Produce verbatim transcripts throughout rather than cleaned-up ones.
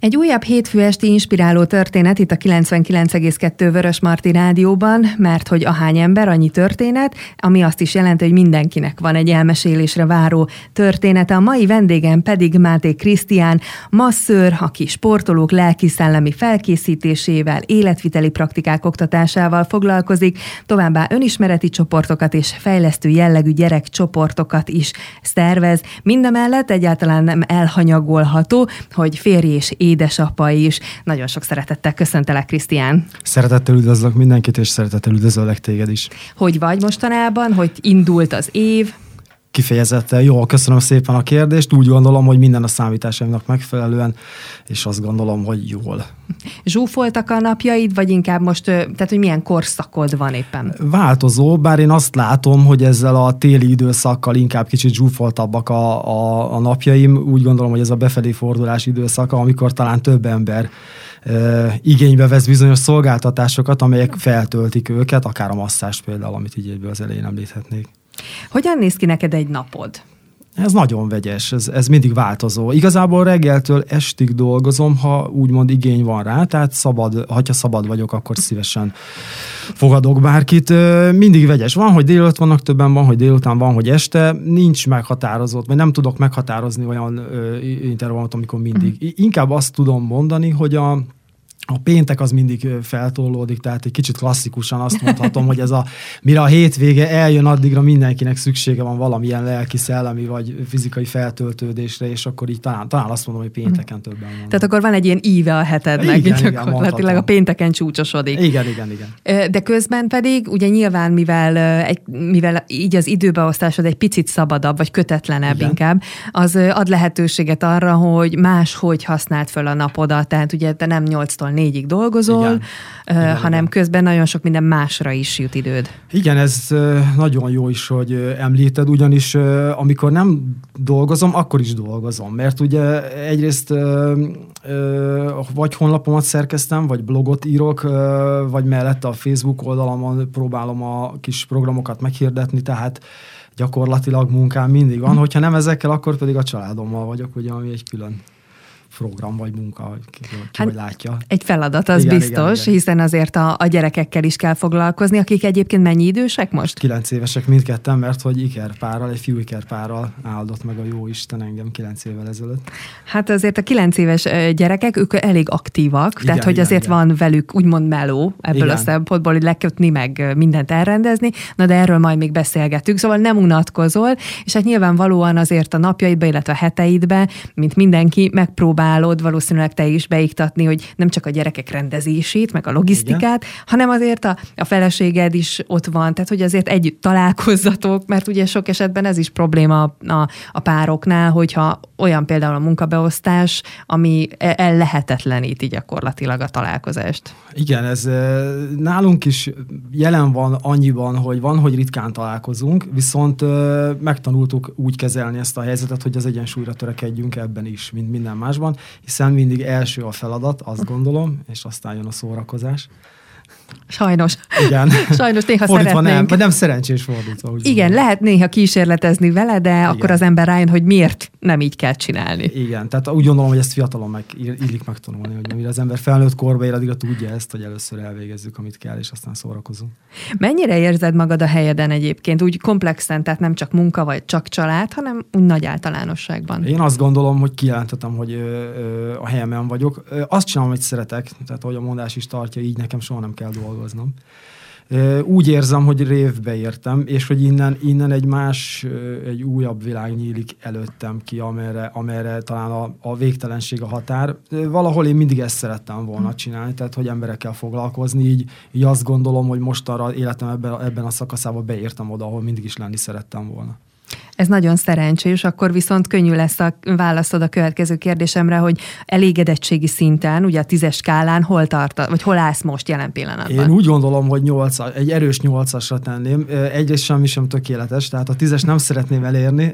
Egy újabb hétfő esti inspiráló történet itt a kilencvenkilenc egész kettő Vörösmarty Rádióban, mert hogy ahány ember, annyi történet, ami azt is jelenti, hogy mindenkinek van egy elmesélésre váró története. A mai vendégem pedig Máté Krisztián, masszőr, aki sportolók lelki-szellemi felkészítésével, életviteli praktikák oktatásával foglalkozik, továbbá önismereti csoportokat és fejlesztő jellegű gyerekcsoportokat is szervez. Mindemellett egyáltalán nem elhanyagolható, hogy férj és édesapa is. Nagyon sok szeretettel köszöntelek, Krisztián. Szeretettel üdvözlök mindenkit, és szeretettel üdvözöllek téged is. Hogy vagy mostanában? Hogy indult az év? Kifejezetten jól, köszönöm szépen a kérdést. Úgy gondolom, hogy minden a számításaimnak megfelelően, és azt gondolom, hogy jól. Zsúfoltak a napjaid, vagy inkább most, tehát hogy milyen korszakod van éppen? Változó, bár én azt látom, hogy ezzel a téli időszakkal inkább kicsit zsúfoltabbak a, a, a napjaim. Úgy gondolom, hogy ez a befelé fordulás időszaka, amikor talán több ember e, igénybe vesz bizonyos szolgáltatásokat, amelyek feltöltik őket, akár a masszást például, amit így egyből az elején említhetnék. Hogyan néz ki neked egy napod? Ez nagyon vegyes, ez, ez mindig változó. Igazából reggeltől estig dolgozom, ha úgymond igény van rá, tehát szabad, ha szabad vagyok, akkor szívesen fogadok bárkit. Mindig vegyes. Van, hogy délelőtt vannak többen, van, hogy délután, van, hogy este. Nincs meghatározott, vagy nem tudok meghatározni olyan intervallumot, amikor mindig. Mm. Inkább azt tudom mondani, hogy a A péntek az mindig feltollódik, tehát egy kicsit klasszikusan azt mondhatom, hogy ez a, mire a hétvége eljön, addigra mindenkinek szüksége van valamilyen lelki, szellemi vagy fizikai feltöltődésre, és akkor így talán, talán azt mondom, hogy pénteken többen van. Tehát akkor van egy ilyen íve a hetednek, igen, gyakorlatilag igen, a pénteken csúcsosodik. Igen, igen, igen. De közben pedig, ugye nyilván, mivel, egy, mivel így az időbeosztásod egy picit szabadabb, vagy kötetlenebb igen. inkább, az ad lehetőséget arra, hogy máshogy használd föl a napodat, tehát ugye te nem nyolctól négyig dolgozol, igen. Uh, igen, hanem igen. közben nagyon sok minden másra is jut időd. Igen, ez nagyon jó is, hogy említed, ugyanis amikor nem dolgozom, akkor is dolgozom, mert ugye egyrészt vagy honlapomat szerkeztem, vagy blogot írok, vagy mellette a Facebook oldalamon próbálom a kis programokat meghirdetni, tehát gyakorlatilag munkám mindig van. Hogyha nem ezekkel, akkor pedig a családommal vagyok, ugye, ami egy külön program vagy munka, ki, ki hát vagy látja. Egy feladat, az igen, biztos, igen, igen. hiszen azért a, a gyerekekkel is kell foglalkozni, akik egyébként mennyi idősek most? Kilenc évesek mindketten, mert hogy ikerpárral, egy fiú ikerpárral áldott meg a jó Isten engem kilenc évvel ezelőtt. Hát azért a kilenc éves gyerekek, ők elég aktívak, igen, tehát hogy igen, azért igen. van velük úgymond meló ebből igen. a szempontból, hogy lekötni, meg mindent elrendezni, na de erről majd még beszélgetünk, szóval nem unatkozol, és hát nyilvánvalóan azért a napjaidba, illetve a heteidbe, mint mindenki, megpróbál valószínűleg te is beiktatni, hogy nem csak a gyerekek rendezését, meg a logisztikát, igen. hanem azért a, a feleséged is ott van, tehát hogy azért együtt találkozzatok, mert ugye sok esetben ez is probléma a, a pároknál, hogyha olyan például a munkabeosztás, ami ellehetetleníti gyakorlatilag a találkozást. Igen, ez nálunk is jelen van annyiban, hogy van, hogy ritkán találkozunk, viszont megtanultuk úgy kezelni ezt a helyzetet, hogy az egyensúlyra törekedjünk ebben is, mint minden másban, hiszen mindig első a feladat, azt gondolom, és aztán jön a szórakozás. Sajnos. Igen. Sajnos néha fordítva szeretnénk. Nem, vagy nem szerencsés fordítva. Igen, gondolom. Lehet néha kísérletezni vele, de igen. akkor az ember rájön, hogy miért nem így kell csinálni. Igen, tehát úgy gondolom, hogy ezt fiatalon meg, illik megtanulni, hogy mire az ember felnőtt korba ér, addigra tudja ezt, hogy először elvégezzük, amit kell, és aztán szórakozunk. Mennyire érzed magad a helyeden egyébként? Úgy komplexen, tehát nem csak munka, vagy csak család, hanem úgy nagy általánosságban. Én azt gondolom, hogy kijelenthetem, hogy ö, ö, a helyemen vagyok. Ö, azt csinálom, hogy szeretek, tehát ahogy a mondás is tartja, így nekem soha nem kell dolgoznom. Úgy érzem, hogy révbe értem, és hogy innen, innen egy más, egy újabb világ nyílik előttem ki, amerre, amerre talán a, a végtelenség a határ. Valahol én mindig ezt szerettem volna csinálni, tehát hogy emberekkel foglalkozni, így, így azt gondolom, hogy mostanra életem ebben, ebben a szakaszában beértem oda, ahol mindig is lenni szerettem volna. Ez nagyon szerencsés, akkor viszont könnyű lesz a válaszod a következő kérdésemre, hogy elégedettségi szinten, ugye a tízes skálán hol tart, vagy hol állsz most jelen pillanatban? Én úgy gondolom, hogy nyolc, egy erős nyolcasra tenném. Egyrészt semmi sem tökéletes, tehát a tízes nem szeretném elérni.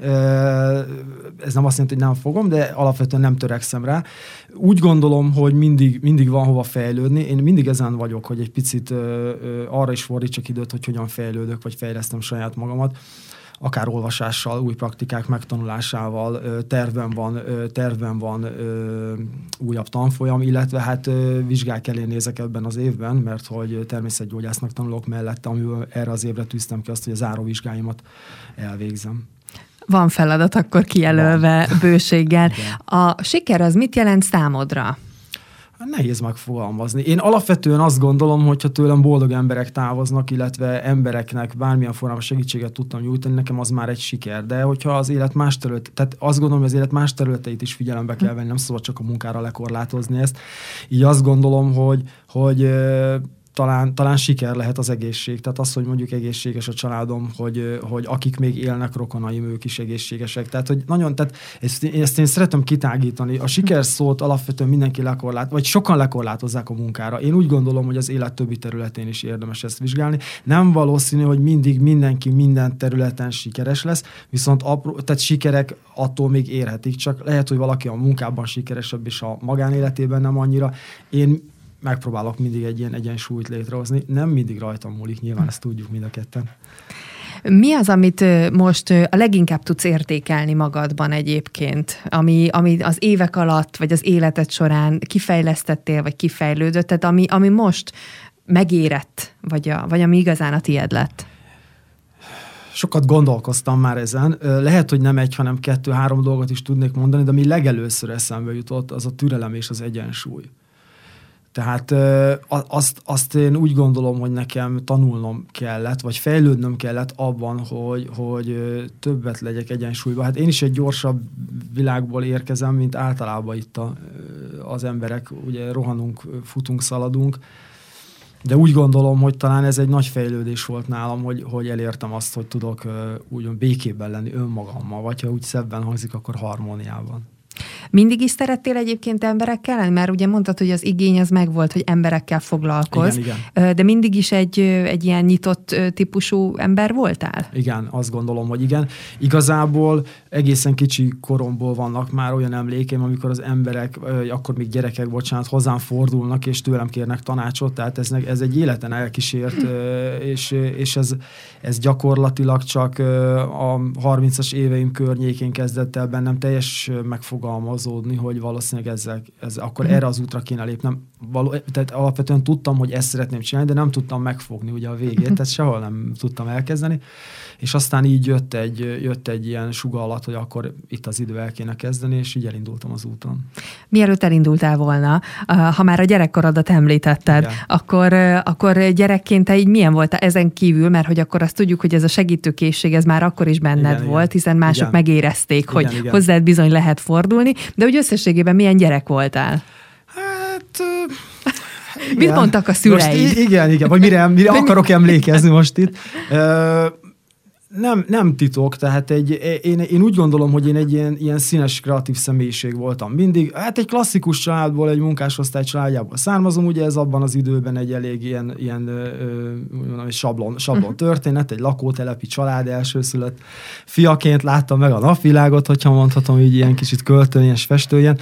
Ez nem azt jelenti, hogy nem fogom, de alapvetően nem törekszem rá. Úgy gondolom, hogy mindig, mindig van hova fejlődni. Én mindig ezen vagyok, hogy egy picit arra is fordítsak időt, hogy hogyan fejlődök, vagy fejlesztem saját magamat. akár olvasással, új praktikák megtanulásával, tervben van, tervben van újabb tanfolyam, illetve hát vizsgák elé nézek ebben az évben, mert hogy természetgyógyásznak tanulok mellette, amivel erre az évre tűztem ki azt, hogy a záróvizsgáimat elvégzem. Van feladat akkor kijelölve van. Bőséggel. Igen. A siker az mit jelent számodra? Nehéz megfogalmazni. Én alapvetően azt gondolom, hogyha tőlem boldog emberek távoznak, illetve embereknek bármilyen formában segítséget tudtam nyújtani, nekem az már egy siker. De hogyha az élet más terület, tehát azt gondolom, hogy az élet más területeit is figyelembe kell venni, nem szabad csak a munkára lekorlátozni ezt. Így azt gondolom, hogy, hogy Talán, talán siker lehet az egészség. Tehát az, hogy mondjuk egészséges a családom, hogy, hogy akik még élnek, rokonaim, ők is egészségesek. Tehát, hogy nagyon, tehát ezt, ezt én szeretem kitágítani. A siker szót alapvetően mindenki lekorlát, vagy sokan lekorlátozzák a munkára. Én úgy gondolom, hogy az élet többi területén is érdemes ezt vizsgálni. Nem valószínű, hogy mindig mindenki minden területen sikeres lesz, viszont apró, tehát sikerek attól még érhetik. Csak lehet, hogy valaki a munkában sikeresebb, és a magánéletében nem annyira. Én megpróbálok mindig egy ilyen egyensúlyt létrehozni. Nem mindig rajtam múlik, nyilván ezt tudjuk mind a ketten. Mi az, amit most a leginkább tudsz értékelni magadban egyébként, ami, ami az évek alatt, vagy az életed során kifejlesztettél, vagy kifejlődött, tehát ami, ami most megérett, vagy, a, vagy ami igazán a tiéd lett? Sokat gondolkoztam már ezen. Lehet, hogy nem egy, hanem kettő-három dolgot is tudnék mondani, de ami legelőször eszembe jutott, az a türelem és az egyensúly. Tehát azt, azt én úgy gondolom, hogy nekem tanulnom kellett, vagy fejlődnöm kellett abban, hogy, hogy többet legyek egyensúlyban. Hát én is egy gyorsabb világból érkezem, mint általában itt a, az emberek. Ugye rohanunk, futunk, szaladunk, de úgy gondolom, hogy talán ez egy nagy fejlődés volt nálam, hogy, hogy elértem azt, hogy tudok úgymond békében lenni önmagammal, vagy ha úgy szebben hangzik, akkor harmóniában. Mindig is szerettél egyébként emberekkel lenni? Mert ugye mondtad, hogy az igény az megvolt, hogy emberekkel foglalkozz. Igen, igen. De mindig is egy, egy ilyen nyitott típusú ember voltál? Igen, azt gondolom, hogy igen. Igazából egészen kicsi koromból vannak már olyan emlékeim, amikor az emberek, akkor még gyerekek, bocsánat, hozzám fordulnak, és tőlem kérnek tanácsot, tehát ez, ez egy életen elkísért, és, és ez, ez gyakorlatilag csak a harmincas éveim környékén kezdett el bennem teljes megfogalmazódni, hogy valószínűleg ezzel, ezzel akkor mm. erre az útra kéne lépnem. Való, tehát alapvetően tudtam, hogy ezt szeretném csinálni, de nem tudtam megfogni ugye a végét, tehát sehol nem tudtam elkezdeni, és aztán így jött egy, jött egy ilyen sugallat, hogy akkor itt az idő el kéne kezdeni, és így elindultam az úton. Mielőtt elindultál volna, ha már a gyerekkorodat említetted, akkor, akkor gyerekként te így milyen voltál ezen kívül, mert hogy akkor azt tudjuk, hogy ez a segítőkészség, ez már akkor is benned igen, volt, hiszen mások igen. megérezték, igen, hogy igen. hozzád bizony lehet fordulni, de úgy összességében milyen gyerek voltál? Hát... Igen. Mit mondtak a szüleid? Most, igen, igen, vagy mire, mire akarok emlékezni most itt. Uh, nem, nem titok, tehát egy, én, én úgy gondolom, hogy én egy ilyen, ilyen színes, kreatív személyiség voltam mindig. Hát egy klasszikus családból, egy munkásosztály családjából származom, ugye ez abban az időben egy elég ilyen, ilyen ö, egy sablon, sablon történet, egy lakótelepi család, elsőszülött fiaként láttam meg a napvilágot, hogyha mondhatom, így ilyen kicsit költőn, ilyen festőjen.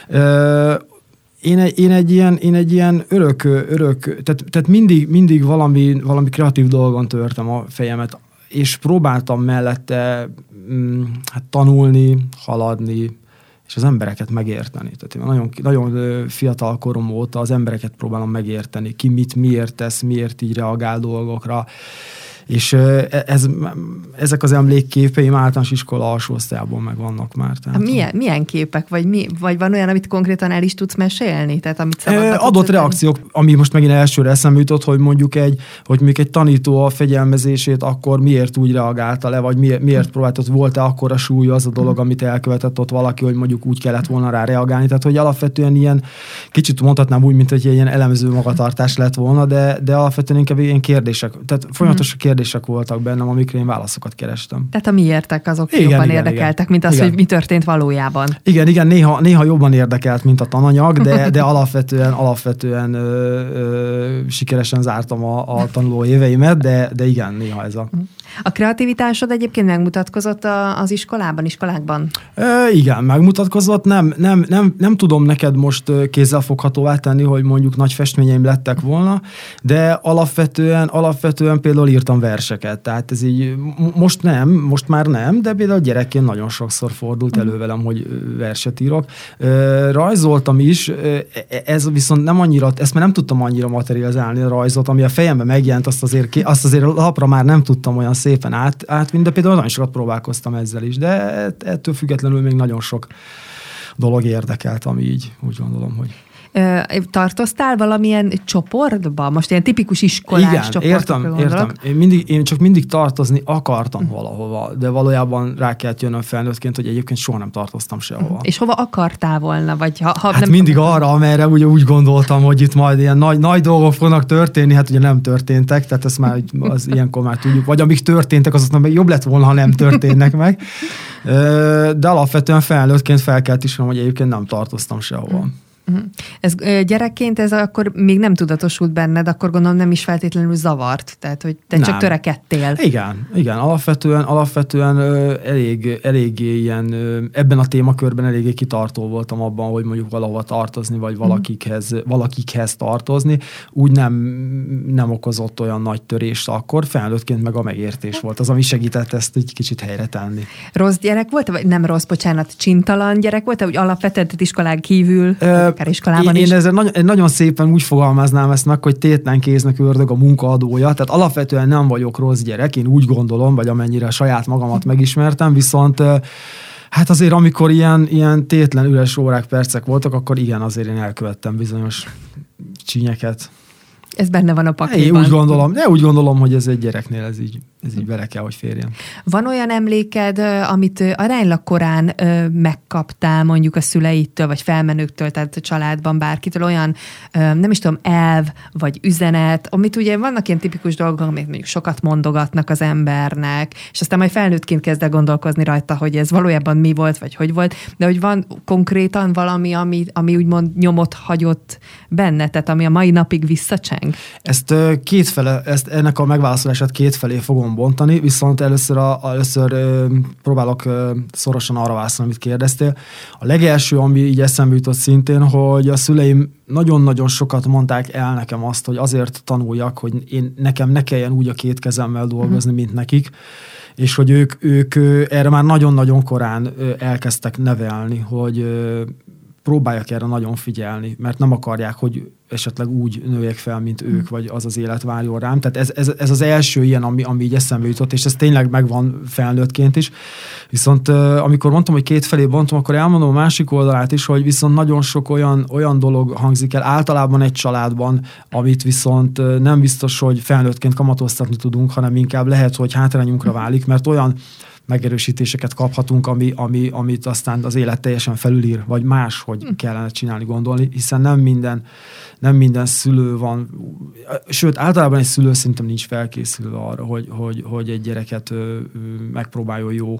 Ö, Én egy, én egy ilyen, én egy ilyen örök, örök tehát, tehát mindig, mindig valami, valami kreatív dolgon törtem a fejemet, és próbáltam mellette mm, hát tanulni, haladni, és az embereket megérteni. Tehát én nagyon, nagyon fiatal korom óta az embereket próbálom megérteni, ki mit, miért tesz, miért így reagál dolgokra. És ez, ezek az emlékképeim általános iskola alsó osztályában meg vannak már. Tehát milyen, milyen képek? Vagy, mi, vagy van olyan, amit konkrétan el is tudsz mesélni? Tehát amit e, adott reakciók, ami most megint elsőre eszembe jutott, hogy mondjuk egy, hogy mondjuk egy tanító a fegyelmezését akkor miért úgy reagálta le, vagy miért, miért próbált, volt-e akkor a súly az a dolog, amit elkövetett ott valaki, hogy mondjuk úgy kellett volna rá reagálni. Tehát, hogy alapvetően ilyen, kicsit mondhatnám úgy, mint hogy ilyen elemző magatartás lett volna, de, de alapvetően inkább ilyen kérdések. Tehát folyamatos hmm. kérdések voltak bennem, amikre én válaszokat kerestem. Tehát a miértek azok igen, jobban igen, érdekeltek, igen. mint az, igen. hogy mi történt valójában. Igen, igen, néha, néha jobban érdekelt, mint a tananyag, de, de alapvetően, alapvetően ö, ö, sikeresen zártam a, a tanuló éveimet, de, de igen, néha ez a... A kreativitásod egyébként megmutatkozott az iskolában, iskolákban? E, igen, megmutatkozott. Nem, nem, nem, nem tudom neked most kézzelfoghatóvá tenni, hogy mondjuk nagy festményeim lettek volna, de alapvetően, alapvetően például írtam verseket. Tehát ez így most nem, most már nem, de például gyerekként nagyon sokszor fordult elő velem, hogy verset írok. E, rajzoltam is, ez viszont nem annyira, ezt már nem tudtam annyira materializálni a rajzot, ami a fejembe megjelent, azt azért, azt azért lapra már nem tudtam olyan szépen át, átvinni, de például nagyon sokat próbálkoztam ezzel is, de ettől függetlenül még nagyon sok dolog érdekelt, ami így úgy gondolom, hogy... Tartoztál valamilyen csoportba? Most ilyen tipikus iskolás igen, csoportokra értem, gondolok. értem. Én, mindig, én csak mindig tartozni akartam valahova, de valójában rá kellett jönnöm felnőttként, hogy egyébként soha nem tartoztam sehova. És hova akartál volna? Vagy ha, ha hát nem mindig tudom. arra, amerre ugye úgy gondoltam, hogy itt majd ilyen nagy, nagy dolgok fognak történni, hát ugye nem történtek, tehát ezt már az ilyenkor már tudjuk. Vagy amik történtek, azoknak meg jobb lett volna, ha nem történnek meg. De alapvetően felnőttként fel kellett ismernem, hogy egyébként nem tartoztam sehova. Ez gyerekként ez akkor még nem tudatosult benned, akkor gondolom nem is feltétlenül zavart, tehát hogy te nem. csak törekedtél. Igen, igen, alapvetően, alapvetően elég, eléggé ilyen, ebben a témakörben eléggé kitartó voltam abban, hogy mondjuk valahova tartozni, vagy valakikhez, valakikhez tartozni. Úgy nem, nem okozott olyan nagy törést akkor, felnőttként meg a megértés volt az, ami segített ezt egy kicsit helyre tenni. Rossz gyerek volt, vagy nem rossz, bocsánat, csintalan gyerek volt, hogy alapvetően iskolán kívül... Ö, Én, én ezzel nagyon, nagyon szépen úgy fogalmaznám ezt meg, hogy tétlen kéznek ördög a munkaadója, tehát alapvetően nem vagyok rossz gyerek, én úgy gondolom, vagy amennyire saját magamat megismertem, viszont hát azért amikor ilyen, ilyen tétlen üres órák, percek voltak, akkor igen, azért én elkövettem bizonyos csínyeket. Ez benne van a pakliban. Én úgy gondolom, de úgy gondolom, hogy ez egy gyereknél ez így, ez így bele kell, hogy férjen. Van olyan emléked, amit aránylag korán megkaptál mondjuk a szüleitől, vagy felmenőktől, tehát a családban bárkitől, olyan, nem is tudom, elv, vagy üzenet, amit ugye vannak ilyen tipikus dolgok, amit mondjuk sokat mondogatnak az embernek, és aztán majd felnőttként kezd el gondolkozni rajta, hogy ez valójában mi volt, vagy hogy volt, de hogy van konkrétan valami, ami, ami úgymond nyomot hagyott benne, tehát ami a mai napig visszacseng? Ezt kétfele, ezt ennek a megválaszolását kétfelé fogom bontani, viszont először, a, először próbálok szorosan arra válaszolni, amit kérdeztél. A legelső, ami így eszembe jutott szintén, hogy a szüleim nagyon-nagyon sokat mondták el nekem azt, hogy azért tanuljak, hogy én, nekem ne kelljen úgy a két kezemmel dolgozni, mm. mint nekik, és hogy ők, ők erre már nagyon-nagyon korán elkezdtek nevelni, hogy próbáljak erre nagyon figyelni, mert nem akarják, hogy esetleg úgy nőjek fel, mint ők, vagy az az élet várjon rám. Tehát ez, ez, ez az első ilyen, ami, ami így eszembe jutott, és ez tényleg megvan felnőttként is. Viszont amikor mondtam, hogy kétfelé bontom, akkor elmondom a másik oldalát is, hogy viszont nagyon sok olyan, olyan dolog hangzik el általában egy családban, amit viszont nem biztos, hogy felnőttként kamatoztatni tudunk, hanem inkább lehet, hogy hátrányunkra válik, mert olyan megerősítéseket kaphatunk, ami, ami, amit aztán az élet teljesen felülír, vagy más, hogy kellene csinálni, gondolni, hiszen nem minden, nem minden szülő van, sőt, általában egy szülő szerintem nincs felkészülve arra, hogy, hogy, hogy egy gyereket ö, ö, megpróbáljon jó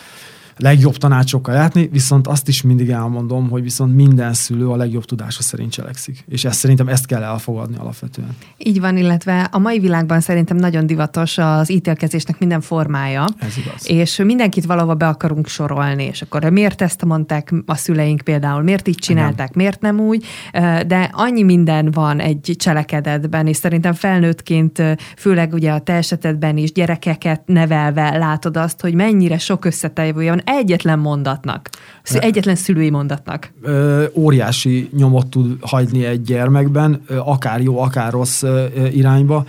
legjobb tanácsokkal látni, viszont azt is mindig elmondom, hogy viszont minden szülő a legjobb tudása szerint cselekszik. És ezt szerintem ezt kell elfogadni alapvetően. Így van, illetve a mai világban szerintem nagyon divatos az ítélkezésnek minden formája. Ez igaz. És mindenkit valahova be akarunk sorolni, és akkor miért ezt mondták a szüleink például, miért így csinálták, igen. miért nem úgy, de annyi minden van egy cselekedetben, és szerintem felnőttként, főleg ugye a te esetedben is gyerekeket nevelve látod azt, hogy mennyire sok összetevője van egyetlen mondatnak, egyetlen szülői mondatnak. Ö, óriási nyomot tud hagyni egy gyermekben, akár jó, akár rossz irányba.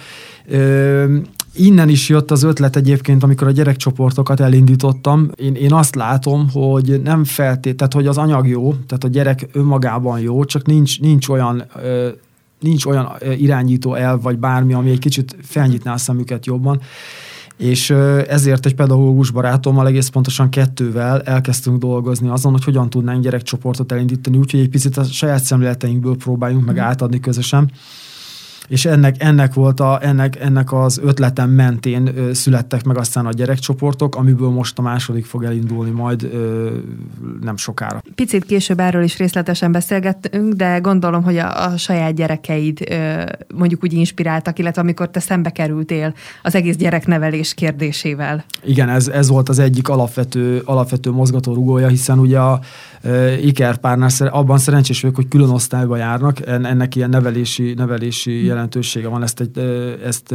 Ö, innen is jött az ötlet egyébként, amikor a gyerekcsoportokat elindítottam. Én, én azt látom, hogy nem feltétlenül, hogy az anyag jó, tehát a gyerek önmagában jó, csak nincs, nincs olyan... Ö, nincs olyan irányító elv, vagy bármi, ami egy kicsit felnyitná a szemüket jobban. És ezért egy pedagógus barátommal, egész pontosan kettővel elkezdtünk dolgozni azon, hogy hogyan tudnánk gyerekcsoportot elindítani, úgyhogy egy picit a saját szemléleteinkből próbáljunk meg átadni közösen. és ennek, ennek volt a, ennek, ennek az ötletem mentén ö, születtek meg aztán a gyerekcsoportok, amiből most a második fog elindulni majd ö, nem sokára. Picit később erről is részletesen beszélgettünk, de gondolom, hogy a, a saját gyerekeid ö, mondjuk úgy inspiráltak, illetve amikor te szembe kerültél az egész gyereknevelés kérdésével. Igen, ez, ez volt az egyik alapvető, alapvető mozgatórugója, hiszen ugye a e, ikerpárnál abban szerencsés vagyok, hogy külön osztályba járnak, ennek ilyen nevelési, nevelési jelentősége van, ezt, egy, ezt e,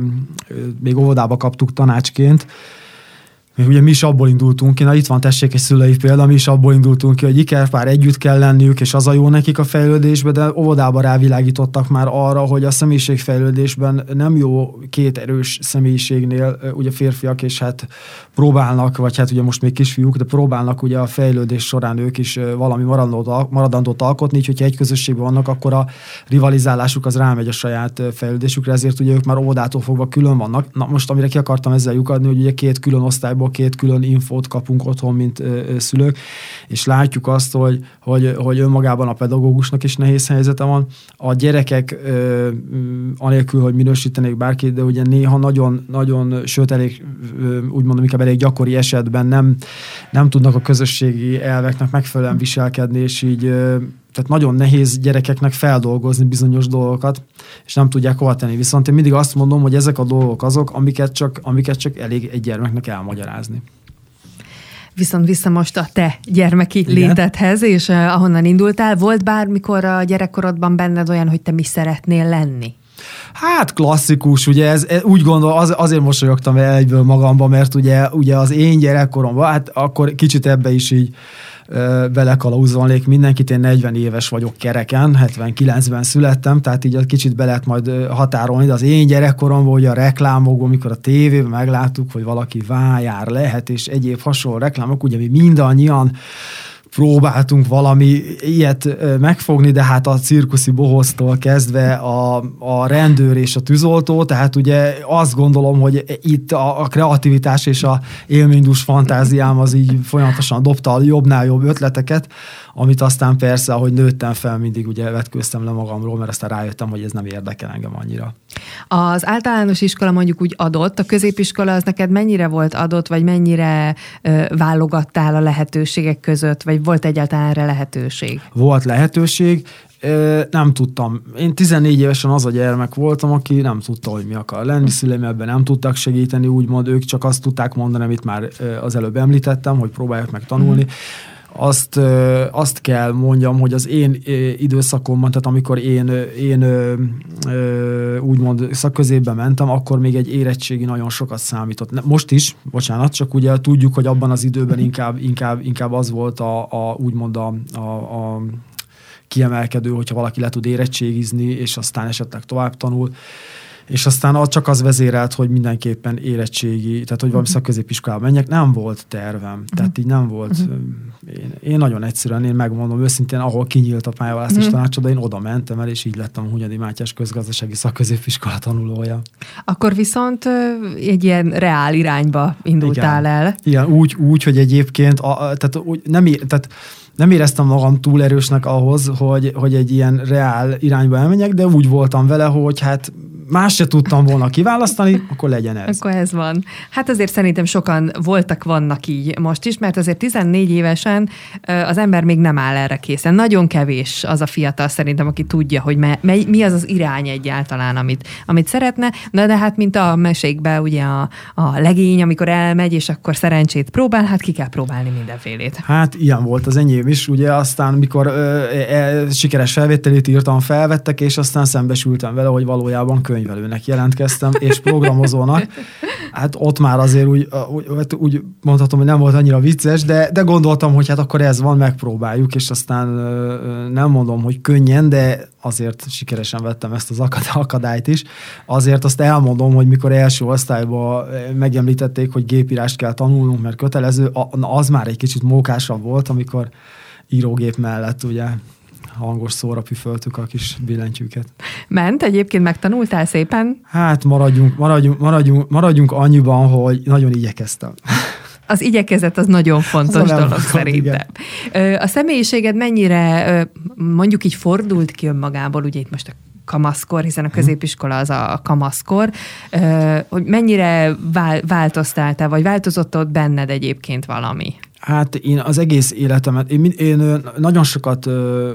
még óvodába kaptuk tanácsként. Ugye mi is abból indultunk ki, na itt van, tessék egy szülei példa, mi is abból indultunk ki, hogy ikerpár együtt kell lenniük, és az a jó nekik a fejlődésbe, de óvodában rávilágítottak már arra, hogy a személyiségfejlődésben nem jó két erős személyiségnél, ugye férfiak, és hát próbálnak, vagy hát ugye most még kisfiúk, de próbálnak ugye a fejlődés során ők is valami maradandót, maradandót alkotni, így hogyha egy közösségben vannak, akkor a rivalizálásuk az rámegy a saját fejlődésükre, ezért ugye ők már óvodától fogva külön vannak. Na most amire ki akartam ezzel lyukadni, hogy ugye két külön osztályból két külön infót kapunk otthon, mint ö, ö, szülők, és látjuk azt, hogy, hogy, hogy önmagában a pedagógusnak is nehéz helyzete van. A gyerekek ö, anélkül, hogy minősítenék bárkit, de ugye néha nagyon, nagyon sőt elég, ö, úgy mondom, inkább elég gyakori esetben nem, nem tudnak a közösségi elveknek megfelelően viselkedni, és így ö, tehát nagyon nehéz gyerekeknek feldolgozni bizonyos dolgokat, és nem tudják hova tenni. Viszont én mindig azt mondom, hogy ezek a dolgok azok, amiket csak, amiket csak elég egy gyermeknek elmagyarázni. Viszont vissza most a te gyermeki Igen. létedhez, és uh, ahonnan indultál, volt bármikor a gyerekkorodban benned olyan, hogy te mi szeretnél lenni? Hát klasszikus, ugye ez, ez úgy gondol, az, azért mosolyogtam el egyből magamba, mert ugye, ugye az én gyerekkoromban, hát akkor kicsit ebbe is így belekalauzolnék mindenkit, én negyven éves vagyok kereken, hetvenkilencben születtem, tehát így kicsit be lehet majd határolni, de az én gyerekkoromban, ugye a reklámokban, amikor a tévében megláttuk, hogy valaki vájár lehet, és egyéb hasonló reklámok, ugye mi mindannyian próbáltunk valami ilyet megfogni, de hát a cirkuszi bohóztól kezdve a, a rendőr és a tűzoltó, tehát ugye azt gondolom, hogy itt a, a kreativitás és a élménydús fantáziám az így folyamatosan dobta a jobbnál jobb ötleteket, amit aztán persze, ahogy nőttem fel, mindig ugye vetkőztem le magamról, mert aztán rájöttem, hogy ez nem érdekel engem annyira. Az általános iskola mondjuk úgy adott, a középiskola az neked mennyire volt adott, vagy mennyire ö, válogattál a lehetőségek között, vagy volt egyáltalán erre lehetőség? Volt lehetőség, nem tudtam. Én tizennégy évesen az a gyermek voltam, aki nem tudta, hogy mi akar lenni. Szüleim ebben nem tudtak segíteni, úgymond ők csak azt tudták mondani, amit már az előbb említettem, hogy próbálják meg tanulni. Mm. Azt, azt kell mondjam, hogy az én időszakomban, tehát amikor én, én úgymond szakközépbe mentem, akkor még egy érettségi nagyon sokat számított. Most is, bocsánat, csak ugye tudjuk, hogy abban az időben inkább, inkább, inkább az volt a, a úgymond a, a, a kiemelkedő, hogyha valaki le tud érettségizni, és aztán esetleg tovább tanul. És aztán csak az vezérelt, hogy mindenképpen érettségi, tehát hogy valami szakközépiskolába menjek, nem volt tervem. Tehát így nem volt. Én, én nagyon egyszerűen, én megmondom őszintén, ahol kinyílt a pályaválasztás uh-huh. tanácsoda, én oda mentem el, és így lettem a Hunyadi Mátyás közgazdasági szakközépiskola tanulója. Akkor viszont egy ilyen reál irányba indultál Igen. el. Igen, úgy, úgy, hogy egyébként a, tehát, úgy, nem, tehát nem éreztem magam túl erősnek ahhoz, hogy, hogy egy ilyen reál irányba elmenjek, de úgy voltam vele, hogy hát más se tudtam volna kiválasztani, akkor legyen ez. Akkor ez van. Hát azért szerintem sokan voltak, vannak így most is, mert azért tizennégy évesen az ember még nem áll erre készen. Nagyon kevés az a fiatal szerintem, aki tudja, hogy me, me, mi az az irány egyáltalán, amit, amit szeretne. Na de hát, mint a mesékben ugye a, a legény, amikor elmegy, és akkor szerencsét próbál, hát ki kell próbálni mindenfélét. Hát ilyen volt az enyém is, ugye aztán, mikor ö, ö, sikeres felvételét írtam, felvettek, és aztán szembesültem vele, hogy valójában könyvelőnek jelentkeztem, és programozónak. Hát ott már azért úgy, úgy, úgy mondhatom, hogy nem volt annyira vicces, de, de gondoltam, hogy hát akkor ez van, megpróbáljuk, és aztán nem mondom, hogy könnyen, de azért sikeresen vettem ezt az akadályt is. Azért azt elmondom, hogy mikor első osztályban megemlítették, hogy gépírást kell tanulnunk, mert kötelező, az már egy kicsit mókásabb volt, amikor írógép mellett ugye hangos szóra püföltük a kis billentyűket. Ment? Egyébként megtanultál szépen? Hát maradjunk, maradjunk, maradjunk, maradjunk annyiban, hogy nagyon igyekeztem. Az igyekezet az nagyon fontos az dolog szerintem. Igen. A személyiséged mennyire mondjuk így fordult ki önmagából, ugye itt most a kamaszkor, hiszen a középiskola az a kamaszkor, hogy mennyire változtál te, vagy változott ott benned egyébként valami? Hát én az egész életemet, én, én nagyon sokat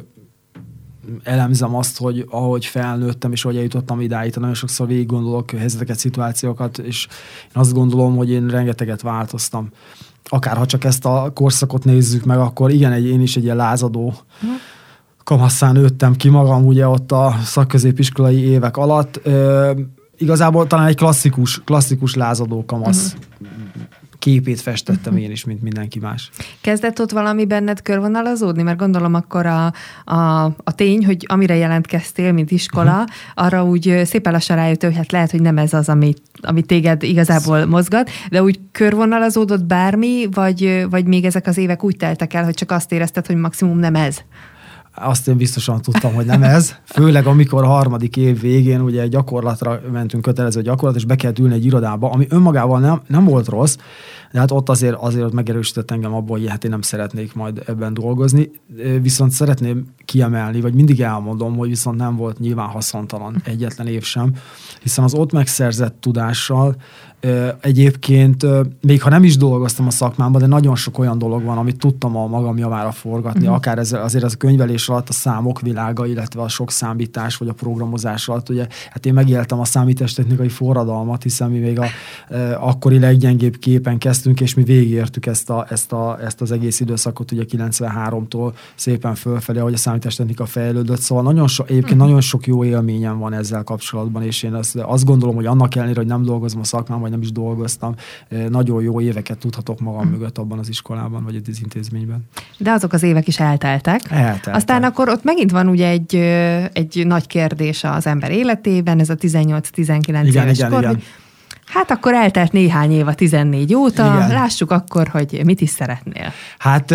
elemzem azt, hogy ahogy felnőttem, és ahogy eljutottam idáig, nagyon sokszor végig gondolok helyzeteket, szituációkat, és én azt gondolom, hogy én rengeteget változtam. Akárha csak ezt a korszakot nézzük meg, akkor igen, egy, én is egy ilyen lázadó kamasszán nőttem ki magam, ugye ott a szakközépiskolai évek alatt. Ö, igazából talán egy klasszikus, klasszikus lázadó kamasz uh-huh. képét festettem én is, mint mindenki más. Kezdett ott valami benned körvonalazódni? Mert gondolom akkor a, a, a tény, hogy amire jelentkeztél, mint iskola, uh-huh. arra úgy szépen lassan rájött, hogy hát lehet, hogy nem ez az, ami, ami téged igazából mozgat, de úgy körvonalazódott bármi, vagy, vagy még ezek az évek úgy teltek el, hogy csak azt érezted, hogy maximum nem ez? Azt én biztosan tudtam, hogy nem ez. Főleg amikor a harmadik év végén ugye gyakorlatra mentünk, kötelező gyakorlat, és be kellett ülni egy irodába, ami önmagával nem, nem volt rossz, de hát ott azért, azért megerősített engem abban, hogy hát én nem szeretnék majd ebben dolgozni. Viszont szeretném kiemelni, vagy mindig elmondom, hogy viszont nem volt nyilván haszontalan egyetlen év sem, hiszen az ott megszerzett tudással egyébként, még ha nem is dolgoztam a szakmámban, de nagyon sok olyan dolog van, amit tudtam a magam javára forgatni, uh-huh. akár ez, azért az a könyvelés alatt a számok világa, illetve a sok számítás, vagy a programozás alatt, ugye, hát én megéltem a számítástechnikai forradalmat, hiszen mi még a e, akkori leggyengébb képen kezdtünk, és mi végigértük ezt, a, ezt, a, ezt az egész időszakot, ugye kilencvenháromtól szépen fölfelé, ahogy a számítástechnika fejlődött, szóval nagyon so, egyébként uh-huh. nagyon sok jó élményem van ezzel kapcsolatban, és én azt, azt gondolom, hogy annak ellenére, hogy nem dolgozom a szakmában, nem is dolgoztam, nagyon jó éveket tudhatok magam mm. mögött abban az iskolában, vagy az intézményben. De azok az évek is elteltek. Elteltek. Aztán akkor ott megint van ugye egy, egy nagy kérdés az ember életében, ez a tizennyolc-tizenkilenc igen, éves igen, kor, igen. hogy hát akkor eltelt néhány év a tizennégy óta, igen. Lássuk akkor, hogy mit is szeretnél. Hát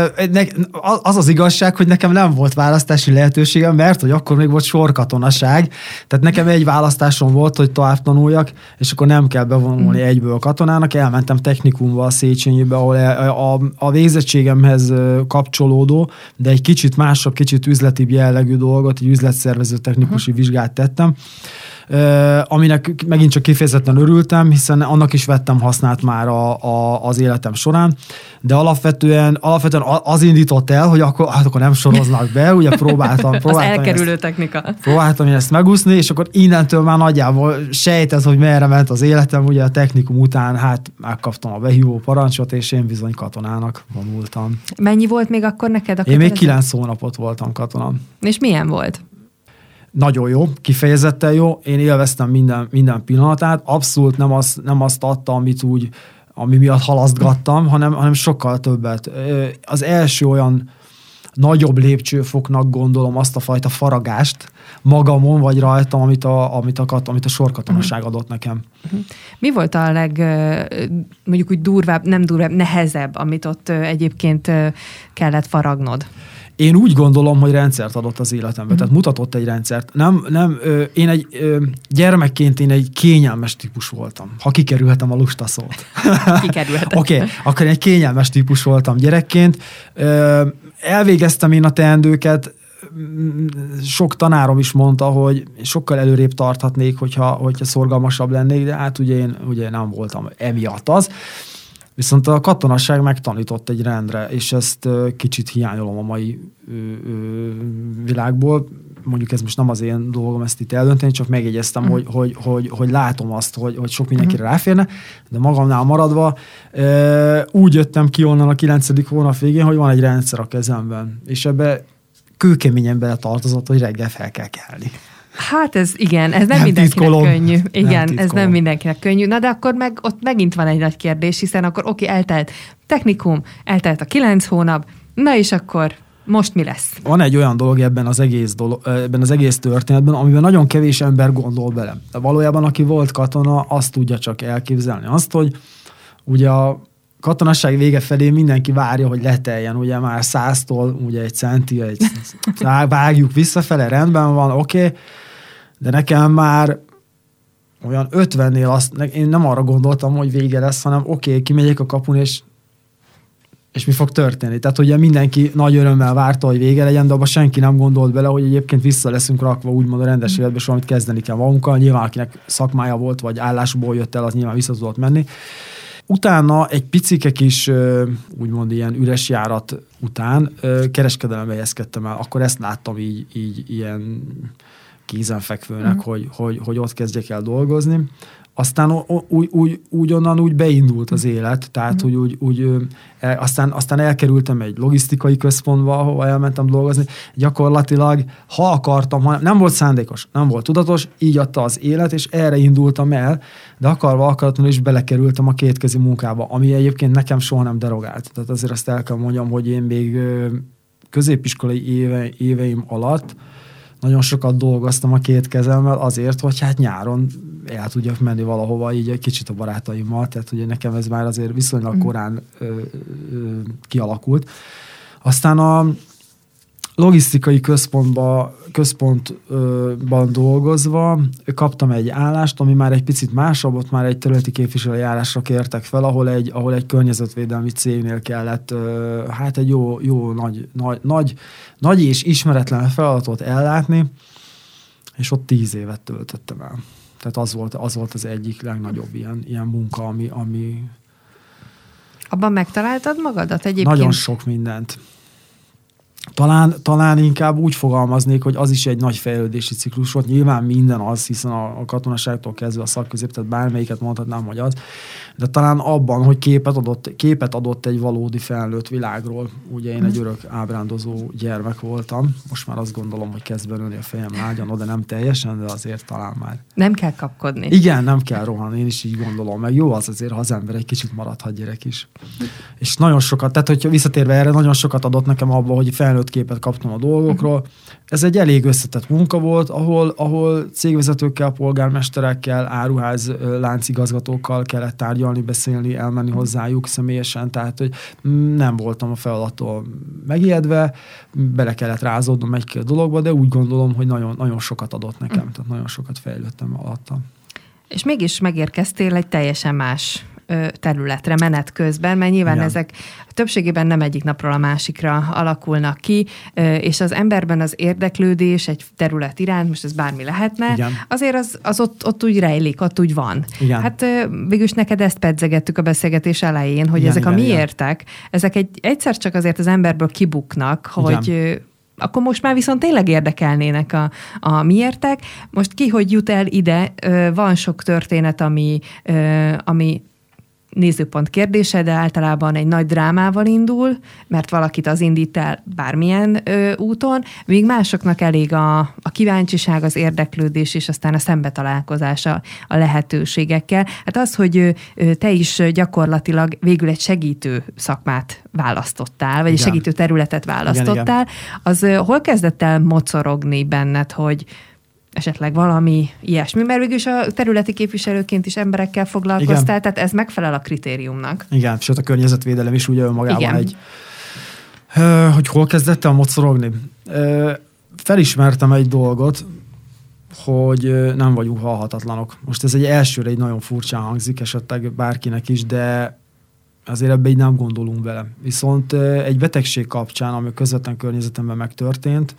az az igazság, hogy nekem nem volt választási lehetőségem, mert hogy akkor még volt sorkatonaság, tehát nekem egy választásom volt, hogy tovább tanuljak, és akkor nem kell bevonulni mm. egyből a katonának, elmentem technikumba a Széchenyibe, ahol a, a, a végzettségemhez kapcsolódó, de egy kicsit másabb, kicsit üzletibb jellegű dolgot, egy üzletszervező technikusi mm. vizsgát tettem, Uh, aminek megint csak kifejezetten örültem, hiszen annak is vettem hasznát már a, a, az életem során, de alapvetően, alapvetően az indított el, hogy akkor, hát akkor nem soroznak be, ugye próbáltam. próbáltam az elkerülő ezt, technika. Próbáltam én ezt megúszni, és akkor innentől már nagyjából sejtett, hogy merre ment az életem, ugye a technikum után hát megkaptam a behívó parancsot, és én bizony katonának vonultam. Mennyi volt még akkor neked a Én még kilenc hónapot voltam katona. És milyen volt? Nagyon jó, kifejezetten jó. Én élveztem minden, minden pillanatát. Abszolút nem, az, nem azt adta, amit úgy, ami miatt halasztgattam, hanem, hanem sokkal többet. Az első olyan nagyobb lépcsőfoknak gondolom azt a fajta faragást magamon vagy rajtam, amit a, amit a, amit a sorkatonaság adott nekem. Mi volt a leg, mondjuk úgy durvább, nem durvább, nehezebb, amit ott egyébként kellett faragnod? Én úgy gondolom, hogy rendszert adott az életembe, mm. tehát mutatott egy rendszert. Nem, nem, ö, én egy ö, gyermekként én egy kényelmes típus voltam, ha kikerülhetem a lusta szót. Kikerülhetem. Oké, okay, akkor egy kényelmes típus voltam gyerekként. Ö, elvégeztem én a teendőket, sok tanárom is mondta, hogy sokkal előrébb tarthatnék, hogyha, hogyha szorgalmasabb lennék, de hát ugye én ugye nem voltam emiatt az. Viszont a katonasság megtanított egy rendre, és ezt kicsit hiányolom a mai ö, ö, világból. Mondjuk ez most nem az én dolgom ezt itt eldönteni, csak megjegyeztem, uh-huh. hogy, hogy, hogy, hogy látom azt, hogy, hogy sok mindenkire uh-huh. ráférne, de magamnál maradva ö, úgy jöttem ki onnan a kilencedik hónap végén, hogy van egy rendszer a kezemben, és ebbe kőkeményen bele tartozott, hogy reggel fel kell kelni. Hát ez igen, ez nem, nem mindenkinek titkolom. Könnyű. Igen, nem ez nem mindenkinek könnyű. Na de akkor meg ott megint van egy nagy kérdés, hiszen akkor oké, eltelt technikum, eltelt a kilenc hónap, na és akkor most mi lesz? Van egy olyan dolog ebben az egész, dolog, ebben az egész történetben, amiben nagyon kevés ember gondol bele. De valójában aki volt katona, azt tudja csak elképzelni. Azt, hogy ugye a katonasság vége felé mindenki várja, hogy leteljen, ugye már száztól, ugye egy centi, egy vágjuk visszafele, rendben van, oké, okay. De nekem már olyan ötvennél azt, én nem arra gondoltam, hogy vége lesz, hanem oké, okay, kimegyek a kapun, és és mi fog történni. Tehát ugye mindenki nagy örömmel várta, hogy vége legyen, de abban senki nem gondolt bele, hogy egyébként vissza leszünk rakva úgymond a rendes életbe, és valamit kezdeni kell magunkkal. Nyilván akinek szakmája volt, vagy állásból jött el, az nyilván vissza tudott menni. Utána egy picike kis, úgymond ilyen üres járat után kereskedelembe helyezkedtem el. Akkor ezt láttam így, így ilyen kézenfekvőnek, mm. hogy, hogy, hogy ott kezdjek el dolgozni. Aztán úgy, úgy, úgy onnan úgy beindult az élet, tehát mm. úgy, úgy, úgy e, aztán, aztán elkerültem egy logisztikai központba, ahova elmentem dolgozni. Gyakorlatilag, ha akartam, ha nem volt szándékos, nem volt tudatos, így adta az élet, és erre indultam el, de akarva akaratlanul is belekerültem a kétkezi munkába, ami egyébként nekem soha nem derogált. Tehát azért azt el kell mondjam, hogy én még középiskolai éve, éveim alatt nagyon sokat dolgoztam a két kezemmel azért, hogy hát nyáron el tudjak menni valahova így egy kicsit a barátaimmal, tehát ugye nekem ez már azért viszonylag korán ö, ö, kialakult. Aztán a logisztikai központba, központban dolgozva kaptam egy állást, ami már egy picit másabb, ott már egy területi képviselői állásra kértek fel, ahol egy, ahol egy környezetvédelmi cégnél kellett hát egy jó, jó nagy, nagy, nagy, nagy és ismeretlen feladatot ellátni, és ott tíz évet töltöttem el. Tehát az volt, az volt az egyik legnagyobb ilyen, ilyen munka, ami, ami... Abban megtaláltad magadat egyébként? Nagyon sok mindent. Talán, talán inkább úgy fogalmaznék, hogy az is egy nagy fejlődési ciklus volt. Nyilván minden az, hiszen a, a katonaságtól kezdve a szakközép, tehát bármelyiket mondhatnám, hogy az. De talán abban, hogy képet adott, képet adott egy valódi felnőtt világról. Ugye én egy örök ábrándozó gyermek voltam. Most már azt gondolom, hogy kezd belőni a fejem lágyan, de nem teljesen, de azért talán már. Nem kell kapkodni. Igen, nem kell rohanni, én is így gondolom. Meg jó az azért, ha az ember egy kicsit maradhat gyerek is. És nagyon sokat, tehát hogyha visszatérve erre, nagyon sokat adott nekem abban, hogy felnőtt képet kaptam a dolgokról. Ez egy elég összetett munka volt, ahol, ahol cégvezetőkkel, polgármesterekkel, áruház láncigazgatókkal kellett tárgyalni, beszélni, elmenni hozzájuk személyesen, tehát hogy nem voltam a feladattól megijedve, bele kellett rázódnom egy-két dologba, de úgy gondolom, hogy nagyon, nagyon sokat adott nekem, tehát nagyon sokat fejlődtem alatta. És mégis megérkeztél egy teljesen más területre menet közben, mert nyilván igen. ezek többségében nem egyik napról a másikra alakulnak ki, és az emberben az érdeklődés egy terület iránt, most ez bármi lehetne, igen. azért az, az ott, ott úgy rejlik, ott úgy van. Igen. Hát végülis neked ezt pedzegettük a beszélgetés elején, hogy igen, ezek igen, a miértek, igen. ezek egy, egyszer csak azért az emberből kibuknak, igen. hogy akkor most már viszont tényleg érdekelnének a, a miértek. Most ki, hogy jut el ide, van sok történet, ami, ami nézőpont kérdése, de általában egy nagy drámával indul, mert valakit az indít el bármilyen ö, úton, míg másoknak elég a, a kíváncsiság, az érdeklődés, és aztán a szembetalálkozása a lehetőségekkel. Hát az, hogy ö, te is gyakorlatilag végül egy segítő szakmát választottál, vagy igen. egy segítő területet választottál, igen, igen. az ö, hol kezdett el mocorogni benned, hogy esetleg valami ilyesmi, mert végülis a területi képviselőként is emberekkel foglalkoztál, igen. tehát ez megfelel a kritériumnak. Igen, sőt a környezetvédelem is ugye önmagában igen. egy... Hogy hol kezdett el mocorogni? Felismertem egy dolgot, hogy nem vagyunk halhatatlanok. Most ez egy elsőre egy nagyon furcsán hangzik, esetleg bárkinek is, de azért ebbe így nem gondolunk bele. Viszont egy betegség kapcsán, ami a közvetlen környezetemben megtörtént,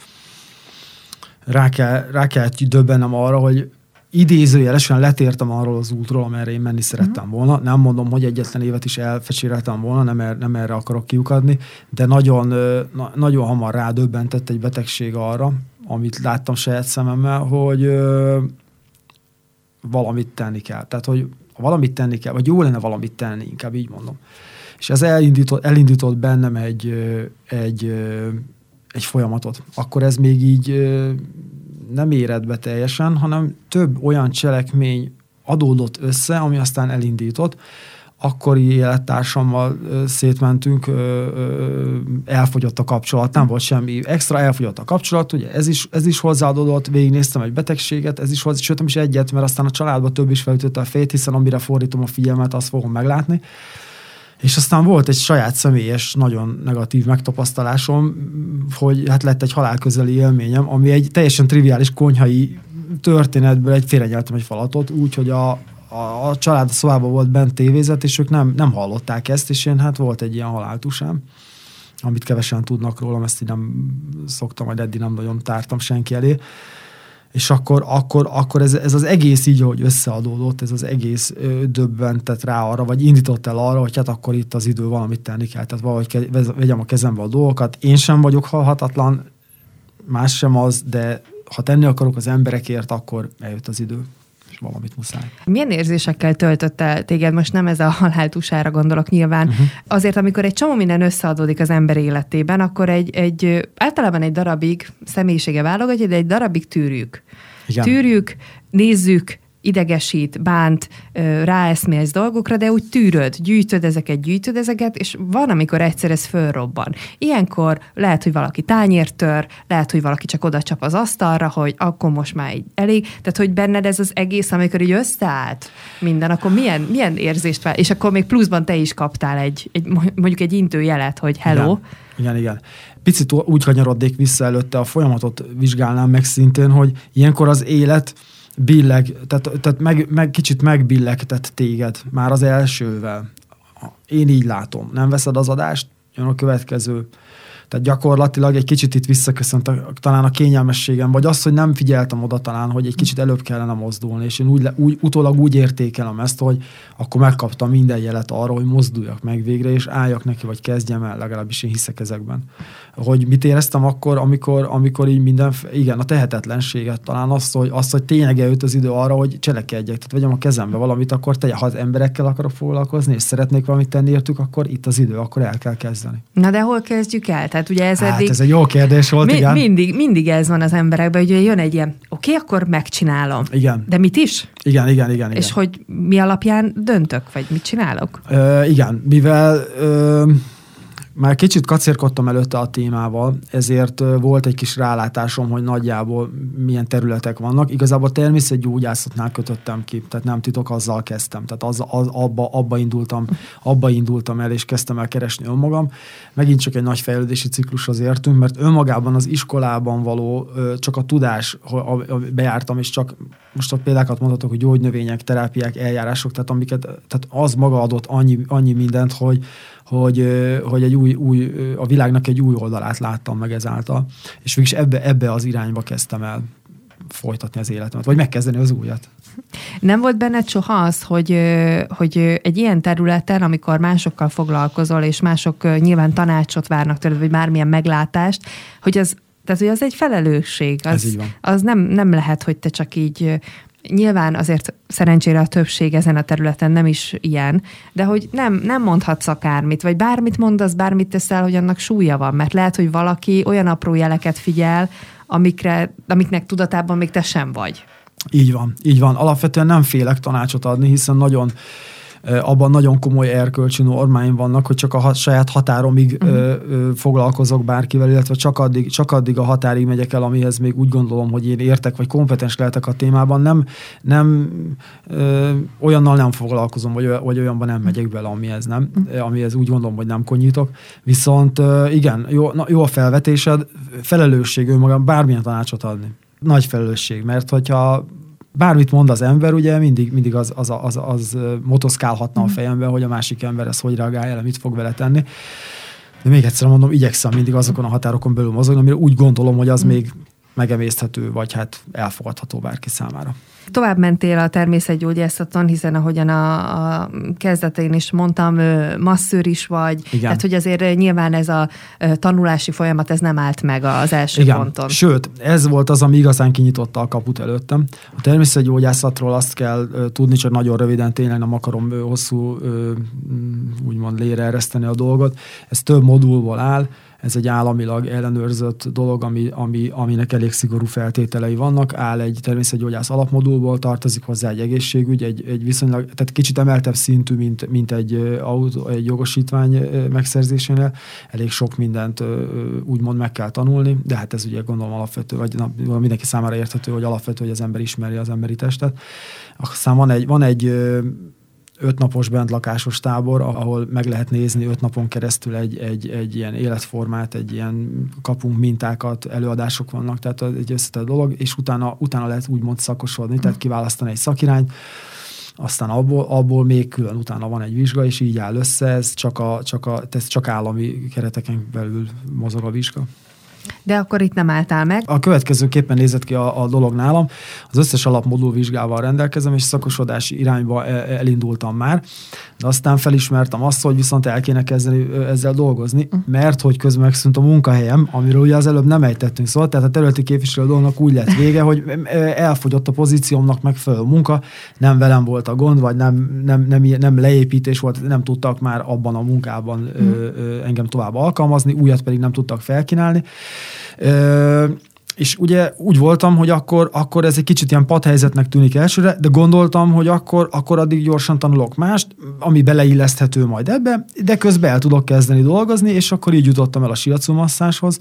Rá kell, rá kell döbbennem arra, hogy idézőjelesen letértem arról az útról, amerre én menni szerettem volna. Nem mondom, hogy egyetlen évet is elfecséreltem volna, nem, er, nem erre akarok kiukadni, de nagyon, na, nagyon hamar rádöbbentett egy betegség arra, amit láttam saját szememmel, hogy ö, valamit tenni kell. Tehát, hogy valamit tenni kell, vagy jó lenne valamit tenni, inkább így mondom. És ez elindított, elindított bennem egy, egy egy folyamatot. Akkor ez még így ö, nem érett be teljesen, hanem több olyan cselekmény adódott össze, ami aztán elindított. Akkori élettársammal ö, szétmentünk, ö, ö, elfogyott a kapcsolat, nem volt semmi extra, elfogyott a kapcsolat, ugye ez is, ez is hozzáadódott, végignéztem egy betegséget, ez is hozzá, sőt nem is egyet, mert aztán a családban több is felütötte a fejét, hiszen amire fordítom a figyelmet, azt fogom meglátni. És aztán volt egy saját személyes, nagyon negatív megtapasztalásom, hogy hát lett egy halálközeli élményem, ami egy teljesen triviális konyhai történetből egy félrenyeltem egy falatot, úgyhogy a, a, a, a család szobában volt bent tévézet, és ők nem, nem hallották ezt, és én hát volt egy ilyen haláltusám, amit kevesen tudnak rólam, ezt így nem szoktam, majd eddig nem nagyon tártam senki elé. És akkor, akkor, akkor ez, ez az egész így, hogy összeadódott, ez az egész ö, döbbentett rá arra, vagy indított el arra, hogy hát akkor itt az idő, valamit tenni kell, tehát valahogy ke, vegyem a kezembe a dolgokat. Én sem vagyok halhatatlan, más sem az, de ha tenni akarok az emberekért, akkor eljött az idő, és valamit muszáj. Milyen érzésekkel töltött el téged? Most nem ez a haláltusára gondolok nyilván. Uh-huh. Azért, amikor egy csomó minden összeadódik az ember életében, akkor egy, egy általában egy darabig személyisége válogatja, de egy darabig tűrjük. Igen. Tűrjük, nézzük, idegesít, bánt, ráeszmélsz dolgokra, de úgy tűröd, gyűjtöd ezeket, gyűjtöd ezeket, és van, amikor egyszer ez fölrobban. Ilyenkor lehet, hogy valaki tányért tör, lehet, hogy valaki csak oda csap az asztalra, hogy akkor most már így elég. Tehát, hogy benned ez az egész, amikor így összeállt minden, akkor milyen, milyen érzést vál? És akkor még pluszban te is kaptál egy, egy mondjuk egy intőjelet, hogy hello. Igen, igen. igen. Picit úgy kanyarodnék vissza előtte, a folyamatot vizsgálnám meg szintén, hogy ilyenkor az élet billeg, tehát, tehát meg, meg, kicsit megbillegtett téged már az elsővel. Én így látom. Nem veszed az adást, jön a következő. Tehát gyakorlatilag egy kicsit itt visszaköszönt a, talán a kényelmességem, vagy az, hogy nem figyeltem oda talán, hogy egy kicsit előbb kellene mozdulni, és én úgy, úgy, utólag úgy értékelem ezt, hogy akkor megkaptam minden jelet arra, hogy mozduljak meg végre, és álljak neki, vagy kezdjem el, legalábbis én hiszek ezekben. Hogy mit éreztem akkor, amikor, amikor így minden, igen, a tehetetlenséget, talán azt, hogy, azt, hogy tényleg eljött az idő arra, hogy cselekedjek, tehát vegyem a kezembe valamit, akkor te, ha az emberekkel akarok foglalkozni, és szeretnék valamit tenni értük, akkor itt az idő, akkor el kell kezdeni. Na de hol kezdjük el? Tehát ugye ez hát eddig... ez egy jó kérdés volt, mi, igen. Mindig, mindig ez van az emberekben, hogy jön egy ilyen, oké, okay, akkor megcsinálom. Igen. De mit is? Igen, igen, igen. És igen. hogy mi alapján döntök, vagy mit csinálok? Ö, igen, mivel ö, már kicsit kacérkodtam előtte a témával, ezért ö, volt egy kis rálátásom, hogy nagyjából milyen területek vannak. Igazából természetgyógyászatnál kötöttem ki, tehát nem titok, azzal kezdtem. Tehát az, az, abba, abba, indultam, abba indultam el, és kezdtem el keresni önmagam. Megint csak egy nagy fejlődési ciklushoz értünk, mert önmagában az iskolában való ö, csak a tudás, hogy bejártam, és csak most a példákat mondhatok, hogy gyógynövények, terápiák, eljárások, tehát amiket, tehát az maga adott annyi, annyi mindent, hogy hogy, hogy egy új, új, a világnak egy új oldalát láttam meg ezáltal. És végülis ebbe, ebbe az irányba kezdtem el folytatni az életemet, vagy megkezdeni az újat. Nem volt benned soha az, hogy, hogy egy ilyen területen, amikor másokkal foglalkozol, és mások nyilván tanácsot várnak tőled, vagy bármilyen meglátást, hogy az, tehát, hogy az egy felelősség. Az, Ez így van. Az nem, nem lehet, hogy te csak így... Nyilván azért szerencsére a többség ezen a területen nem is ilyen, de hogy nem, nem mondhatsz akármit, vagy bármit mondasz, bármit teszel, hogy annak súlya van, mert lehet, hogy valaki olyan apró jeleket figyel, amikre, amiknek tudatában még te sem vagy. Így van, így van. Alapvetően nem félek tanácsot adni, hiszen nagyon abban nagyon komoly erkölcsi normáim vannak, hogy csak a saját határomig uh-huh. ö, ö, foglalkozok bárkivel, illetve csak addig, csak addig a határig megyek el, amihez még úgy gondolom, hogy én értek, vagy kompetens lehetek a témában. Nem, nem ö, olyannal nem foglalkozom, vagy, vagy olyanban nem megyek bele, amihez nem, uh-huh. amihez úgy gondolom, hogy nem konyítok. Viszont ö, igen, jó, na, jó a felvetésed, felelősség önmagam bármilyen tanácsot adni. Nagy felelősség, mert hogyha bármit mond az ember, ugye mindig, mindig az, az, az, az motoszkálhatna a fejemben, hogy a másik ember ezt hogy reagálja, mit fog vele tenni. De még egyszer mondom, igyekszem mindig azokon a határokon belül mozogni, amire úgy gondolom, hogy az mm. még megemészthető, vagy hát elfogadható bárki számára. Tovább mentél a természetgyógyászaton, hiszen ahogyan a, a kezdetén is mondtam, masszőr is vagy, igen. Tehát hogy azért nyilván ez a tanulási folyamat, ez nem állt meg az első igen. ponton. Sőt, ez volt az, ami igazán kinyitotta a kaput előttem. A természetgyógyászatról azt kell tudni, csak nagyon röviden, tényleg nem akarom hosszú úgymond lére ereszteni a dolgot. Ez több modulból áll. Ez egy államilag ellenőrzött dolog, ami, ami, aminek elég szigorú feltételei vannak. Áll egy természetgyógyász alapmodulból, tartozik hozzá egy egészségügy, egy, egy viszonylag, tehát kicsit emeltebb szintű, mint, mint egy, autó, egy jogosítvány megszerzésénél. Elég sok mindent úgymond meg kell tanulni, de hát ez ugye gondolom alapvető, vagy na, mindenki számára érthető, hogy alapvető, hogy az ember ismeri az emberi testet. Aztán van egy, van egy ötnapos bentlakásos tábor, ahol meg lehet nézni öt napon keresztül egy, egy, egy ilyen életformát, egy ilyen kapunk mintákat, előadások vannak, tehát egy összetett dolog, és utána, utána lehet úgymond szakosodni, tehát kiválasztani egy szakirányt, aztán abból, abból még külön utána van egy vizsga, és így áll össze, ez csak, a, csak, a, ez csak állami kereteken belül mozog a vizsga. De akkor itt nem álltál meg. A következőképpen nézett ki a, a dolog nálam. Az összes alapmodul vizsgával rendelkezem, és szakosodási irányba elindultam már. De aztán felismertem azt, hogy viszont el kéne kezdeni ezzel dolgozni, mert hogy közben megszűnt a munkahelyem, amiről ugye az előbb nem ejtettünk szóval, tehát a területi képviselő dolognak úgy lett vége, hogy elfogyott a pozíciómnak megfelelő munka, nem velem volt a gond, vagy nem, nem, nem, nem leépítés volt, nem tudtak már abban a munkában mm. engem tovább alkalmazni, újat pedig nem tudtak felkínálni. Ö, és ugye úgy voltam, hogy akkor, akkor ez egy kicsit ilyen padhelyzetnek tűnik elsőre, de gondoltam, hogy akkor, akkor addig gyorsan tanulok mást, ami beleilleszthető majd ebbe, de közben el tudok kezdeni dolgozni, és akkor így jutottam el a shiatsu masszázshoz.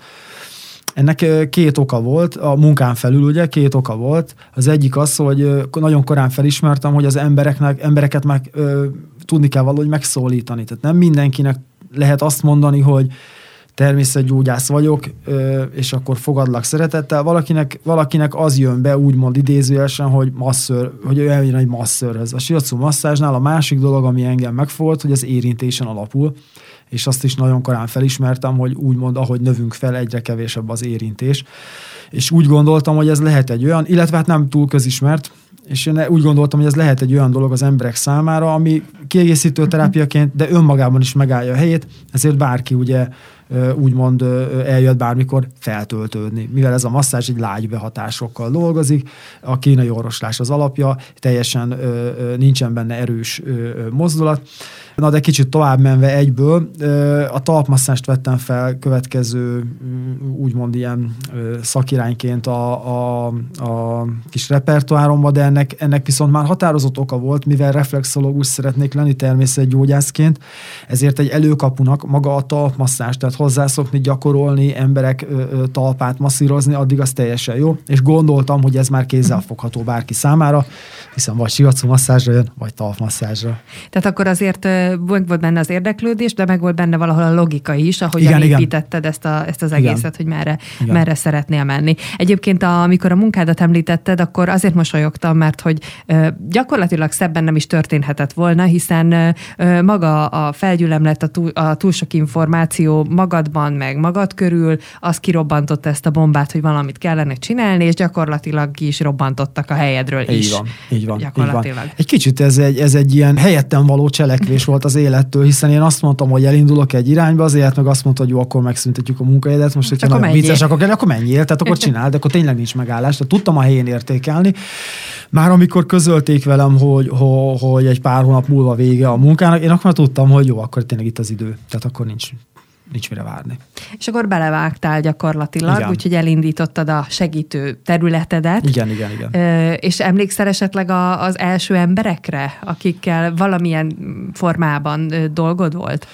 Ennek két oka volt, a munkán felül ugye két oka volt. Az egyik az, hogy nagyon korán felismertem, hogy az embereknek, embereket meg ö, tudni kell valahogy megszólítani. Tehát nem mindenkinek lehet azt mondani, hogy természetgyógyász vagyok, és akkor fogadlak szeretettel. Valakinek, valakinek az jön be, úgymond idézőjelesen, hogy masször, hogy ő eljön egy masszörhöz. A shiatsu masszázsnál a másik dolog, ami engem megfogott, hogy az érintésen alapul, és azt is nagyon korán felismertem, hogy úgymond, ahogy növünk fel, egyre kevésebb az érintés. És úgy gondoltam, hogy ez lehet egy olyan, illetve hát nem túl közismert, és én úgy gondoltam, hogy ez lehet egy olyan dolog az emberek számára, ami kiegészítő terápiaként, de önmagában is megállja a helyét, ezért bárki ugye úgymond eljött bármikor feltöltődni. Mivel ez a masszázs egy lágy behatásokkal dolgozik, a kínai orvoslás az alapja, teljesen nincsen benne erős mozdulat. Na de kicsit tovább menve egyből, a talpmasszást vettem fel következő úgymond ilyen szakirányként a, a, a kis repertoáromba, de ennek, ennek viszont már határozott oka volt, mivel reflexológus szeretnék lenni természetgyógyászként, ezért egy előkapunak maga a talpmasszás, tehát hozzászokni, gyakorolni, emberek ö, ö, talpát masszírozni, addig az teljesen jó, és gondoltam, hogy ez már kézzelfogható bárki számára, hiszen vagy shiatsu masszázsra jön, vagy talpmasszázsra. Tehát akkor azért meg volt benne az érdeklődés, de meg volt benne valahol a logika is, ahogyan igen, építetted igen. Ezt, a, ezt az egészet, igen. hogy merre, merre szeretnél menni. Egyébként a, amikor a munkádat említetted, akkor azért mosolyogtam, mert hogy ö, gyakorlatilag szebben nem is történhetett volna, hiszen ö, maga a felgyülemlet, a túl, a túl sok információ magadban, meg magad körül, az kirobbantott ezt a bombát, hogy valamit kellene csinálni, és gyakorlatilag ki is robbantottak a helyedről is. Így van, így van. Gyakorlatilag. Így van. Egy kicsit ez egy, ez egy ilyen helyettem való cselekvés volt az élettől, hiszen én azt mondtam, hogy elindulok egy irányba, az élet meg azt mondta, hogy jó, akkor megszüntetjük a munkahelyedet, most hogyha nagyon vicces, akkor, akkor menjél, tehát akkor csináld, de akkor tényleg nincs megállás. Tehát tudtam a helyén értékelni. Már amikor közölték velem, hogy, hogy egy pár hónap múlva vége a munkának, én akkor tudtam, hogy jó, akkor tényleg itt az idő. Tehát akkor nincs nincs mire várni. És akkor belevágtál gyakorlatilag, úgyhogy elindítottad a segítő területedet. Igen, igen, igen. Ö, és emlékszel esetleg a, az első emberekre, akikkel valamilyen formában ö, dolgod volt?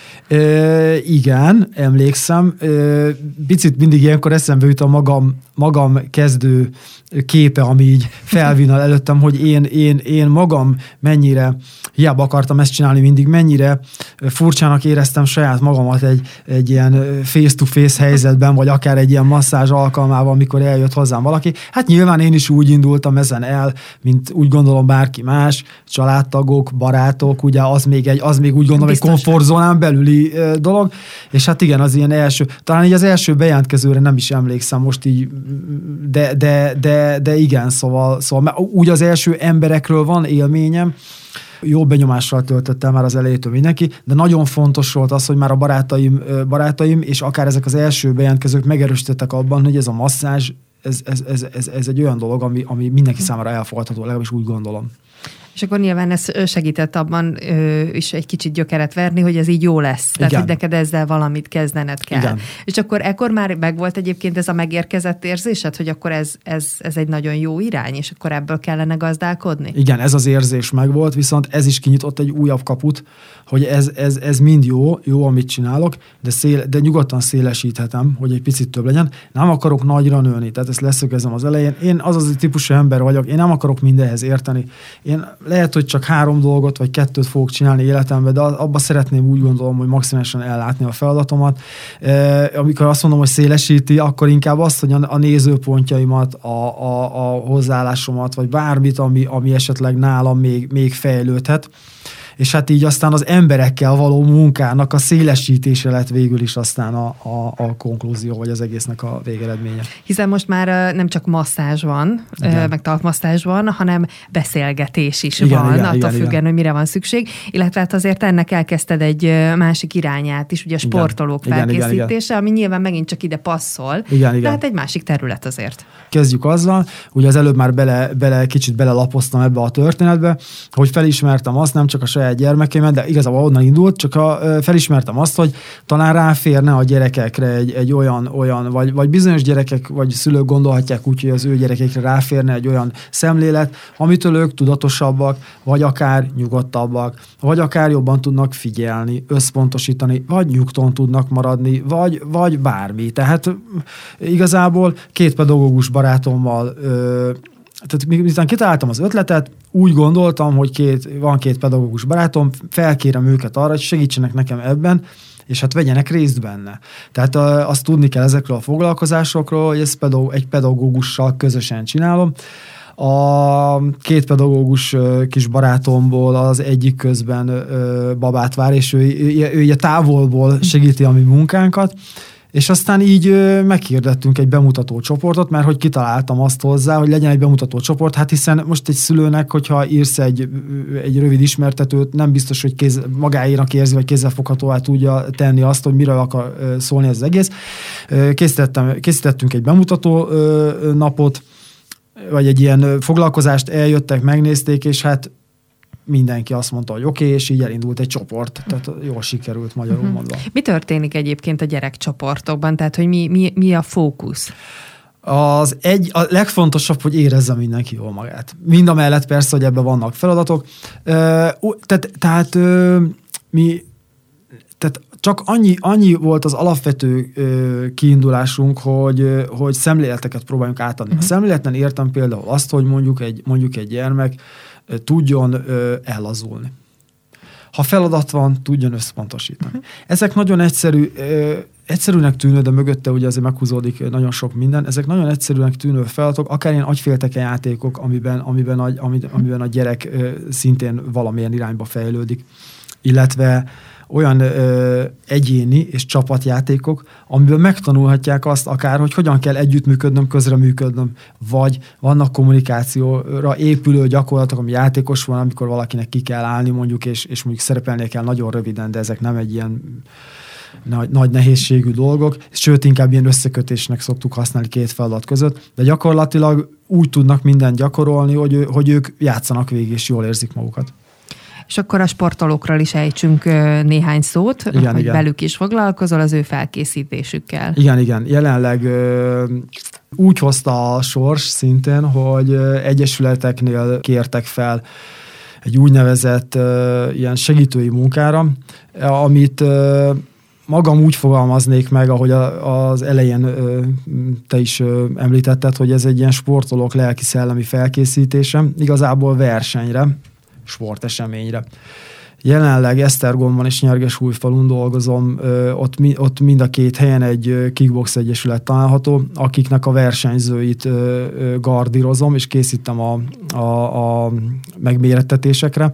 Ö, igen, emlékszem. Ö, picit mindig ilyenkor eszembe jut a magam, magam kezdő képe, ami így felvinal előttem, hogy én, én, én magam mennyire, hiába akartam ezt csinálni mindig, mennyire furcsának éreztem saját magamat egy, egy ilyen face-to-face helyzetben, vagy akár egy ilyen masszázs alkalmával, amikor eljött hozzám valaki. Hát nyilván én is úgy indultam ezen el, mint úgy gondolom bárki más, családtagok, barátok, ugye az még, egy, az még úgy gondolom biztos egy komfortzónán belüli dolog, és hát igen, az ilyen első, talán így az első bejelentkezőre nem is emlékszem most így, de, de, de, de igen, szóval, szóval úgy az első emberekről van élményem, jó benyomással töltött el már az elejétől mindenki, de nagyon fontos volt az, hogy már a barátaim, barátaim és akár ezek az első bejelentkezők megerősítettek abban, hogy ez a masszázs, ez, ez, ez, ez, ez egy olyan dolog, ami, ami mindenki számára elfogadható, legalábbis úgy gondolom. És akkor nyilván ez segített abban ö, is egy kicsit gyökeret verni, hogy ez így jó lesz. Tehát, igen, hogy neked ezzel valamit kezdened kell. Igen. És akkor ekkor már megvolt egyébként ez a megérkezett érzésed, hogy akkor ez, ez, ez egy nagyon jó irány, és akkor ebből kellene gazdálkodni? Igen, ez az érzés megvolt, viszont ez is kinyitott egy újabb kaput, hogy ez, ez, ez mind jó, jó, amit csinálok, de, szél, de nyugodtan szélesíthetem, hogy egy picit több legyen. Nem akarok nagyra nőni, tehát ezt leszögezem az elején. Én az az típusú ember vagyok, én nem akarok mindenhez érteni. Én lehet, hogy csak három dolgot, vagy kettőt fogok csinálni életemben, de abba szeretném úgy gondolom, hogy maximálisan ellátni a feladatomat. Amikor azt mondom, hogy szélesíti, akkor inkább azt, hogy a nézőpontjaimat, a, a, a hozzáállásomat, vagy bármit, ami, ami esetleg nálam még, még fejlődhet. És hát így aztán az emberekkel való munkának a szélesítése lett végül is aztán a, a, a konklúzió, vagy az egésznek a végeredménye. Hiszen most már nem csak masszázs van, igen. meg talpmasszázs van, hanem beszélgetés is igen, van, igen, attól igen, függően, igen. hogy mire van szükség, illetve hát azért ennek elkezdted egy másik irányát is, ugye a sportolók igen, felkészítése, igen, igen, ami nyilván megint csak ide passzol, igen, igen. de hát egy másik terület azért. Kezdjük azzal, ugye az előbb már bele, bele, kicsit belelapoztam ebbe a történetbe, hogy felismertem azt, nem csak a saját gyermekémet, de igazából onnan indult, csak a, felismertem azt, hogy talán ráférne a gyerekekre egy, egy olyan, olyan vagy, vagy bizonyos gyerekek, vagy szülők gondolhatják úgy, hogy az ő gyerekekre ráférne egy olyan szemlélet, amitől ők tudatosabbak, vagy akár nyugodtabbak, vagy akár jobban tudnak figyelni, összpontosítani, vagy nyugton tudnak maradni, vagy, vagy bármi. Tehát igazából két pedagógus barátommal ö, tehát miután kitaláltam az ötletet, úgy gondoltam, hogy két, van két pedagógus barátom, felkérem őket arra, hogy segítsenek nekem ebben, és hát vegyenek részt benne. Tehát azt tudni kell ezekről a foglalkozásokról, hogy ezt pedagóg, egy pedagógussal közösen csinálom. A két pedagógus kis barátomból az egyik közben babát vár, és ő, ő, ő, ő távolból segíti a mi munkánkat, és aztán így meghirdettünk egy bemutató csoportot, mert hogy kitaláltam azt hozzá, hogy legyen egy bemutató csoport, hát hiszen most egy szülőnek, hogyha írsz egy, egy rövid ismertetőt, nem biztos, hogy kéz, magáénak érzi, vagy kézzelfoghatóvá tudja tenni azt, hogy miről akar szólni ez az egész. Készítettünk egy bemutató napot, vagy egy ilyen foglalkozást, eljöttek, megnézték, és hát mindenki azt mondta, hogy oké, okay, és így elindult egy csoport. Tehát jól sikerült, magyarul uh-huh. mondva. Mi történik egyébként a gyerekcsoportokban? Tehát, hogy mi, mi, mi a fókusz? Az egy, a legfontosabb, hogy érezze mindenki jól magát. Mind a mellett persze, hogy ebben vannak feladatok. Tehát, tehát mi tehát csak annyi, annyi volt az alapvető kiindulásunk, hogy, hogy szemléleteket próbáljunk átadni. Uh-huh. A szemléleten értem például azt, hogy mondjuk egy, mondjuk egy gyermek tudjon ö, ellazulni. Ha feladat van, tudjon összpontosítani. Uh-huh. Ezek nagyon egyszerű, ö, egyszerűnek tűnő, de mögötte ugye azért meghúzódik nagyon sok minden. Ezek nagyon egyszerűnek tűnő feladatok, akár ilyen agyfélteke játékok, amiben, amiben, a, amiben a gyerek ö, szintén valamilyen irányba fejlődik. Illetve olyan ö, egyéni és csapatjátékok, amiben megtanulhatják azt akár, hogy hogyan kell együttműködnöm, közreműködnöm, vagy vannak kommunikációra épülő gyakorlatok, ami játékos van, amikor valakinek ki kell állni mondjuk, és, és mondjuk szerepelnie kell nagyon röviden, de ezek nem egy ilyen nagy, nagy nehézségű dolgok, sőt, inkább ilyen összekötésnek szoktuk használni két feladat között, de gyakorlatilag úgy tudnak mindent gyakorolni, hogy, hogy ők játszanak végig, és jól érzik magukat. És akkor a sportolókról is ejtsünk néhány szót, igen, hogy igen. velük is foglalkozol, az ő felkészítésükkel. Igen, igen. Jelenleg ö, úgy hozta a sors szintén, hogy egyesületeknél kértek fel egy úgynevezett ö, ilyen segítői munkára, amit ö, magam úgy fogalmaznék meg, ahogy a, az elején ö, te is ö, említetted, hogy ez egy ilyen sportolók lelki-szellemi felkészítése, igazából versenyre, sporteseményre. Jelenleg Esztergomban és Nyergesújfalun dolgozom, ott, ott mind a két helyen egy kickbox egyesület található, akiknek a versenyzőit gardírozom, és készítem a, a, a megmérettetésekre.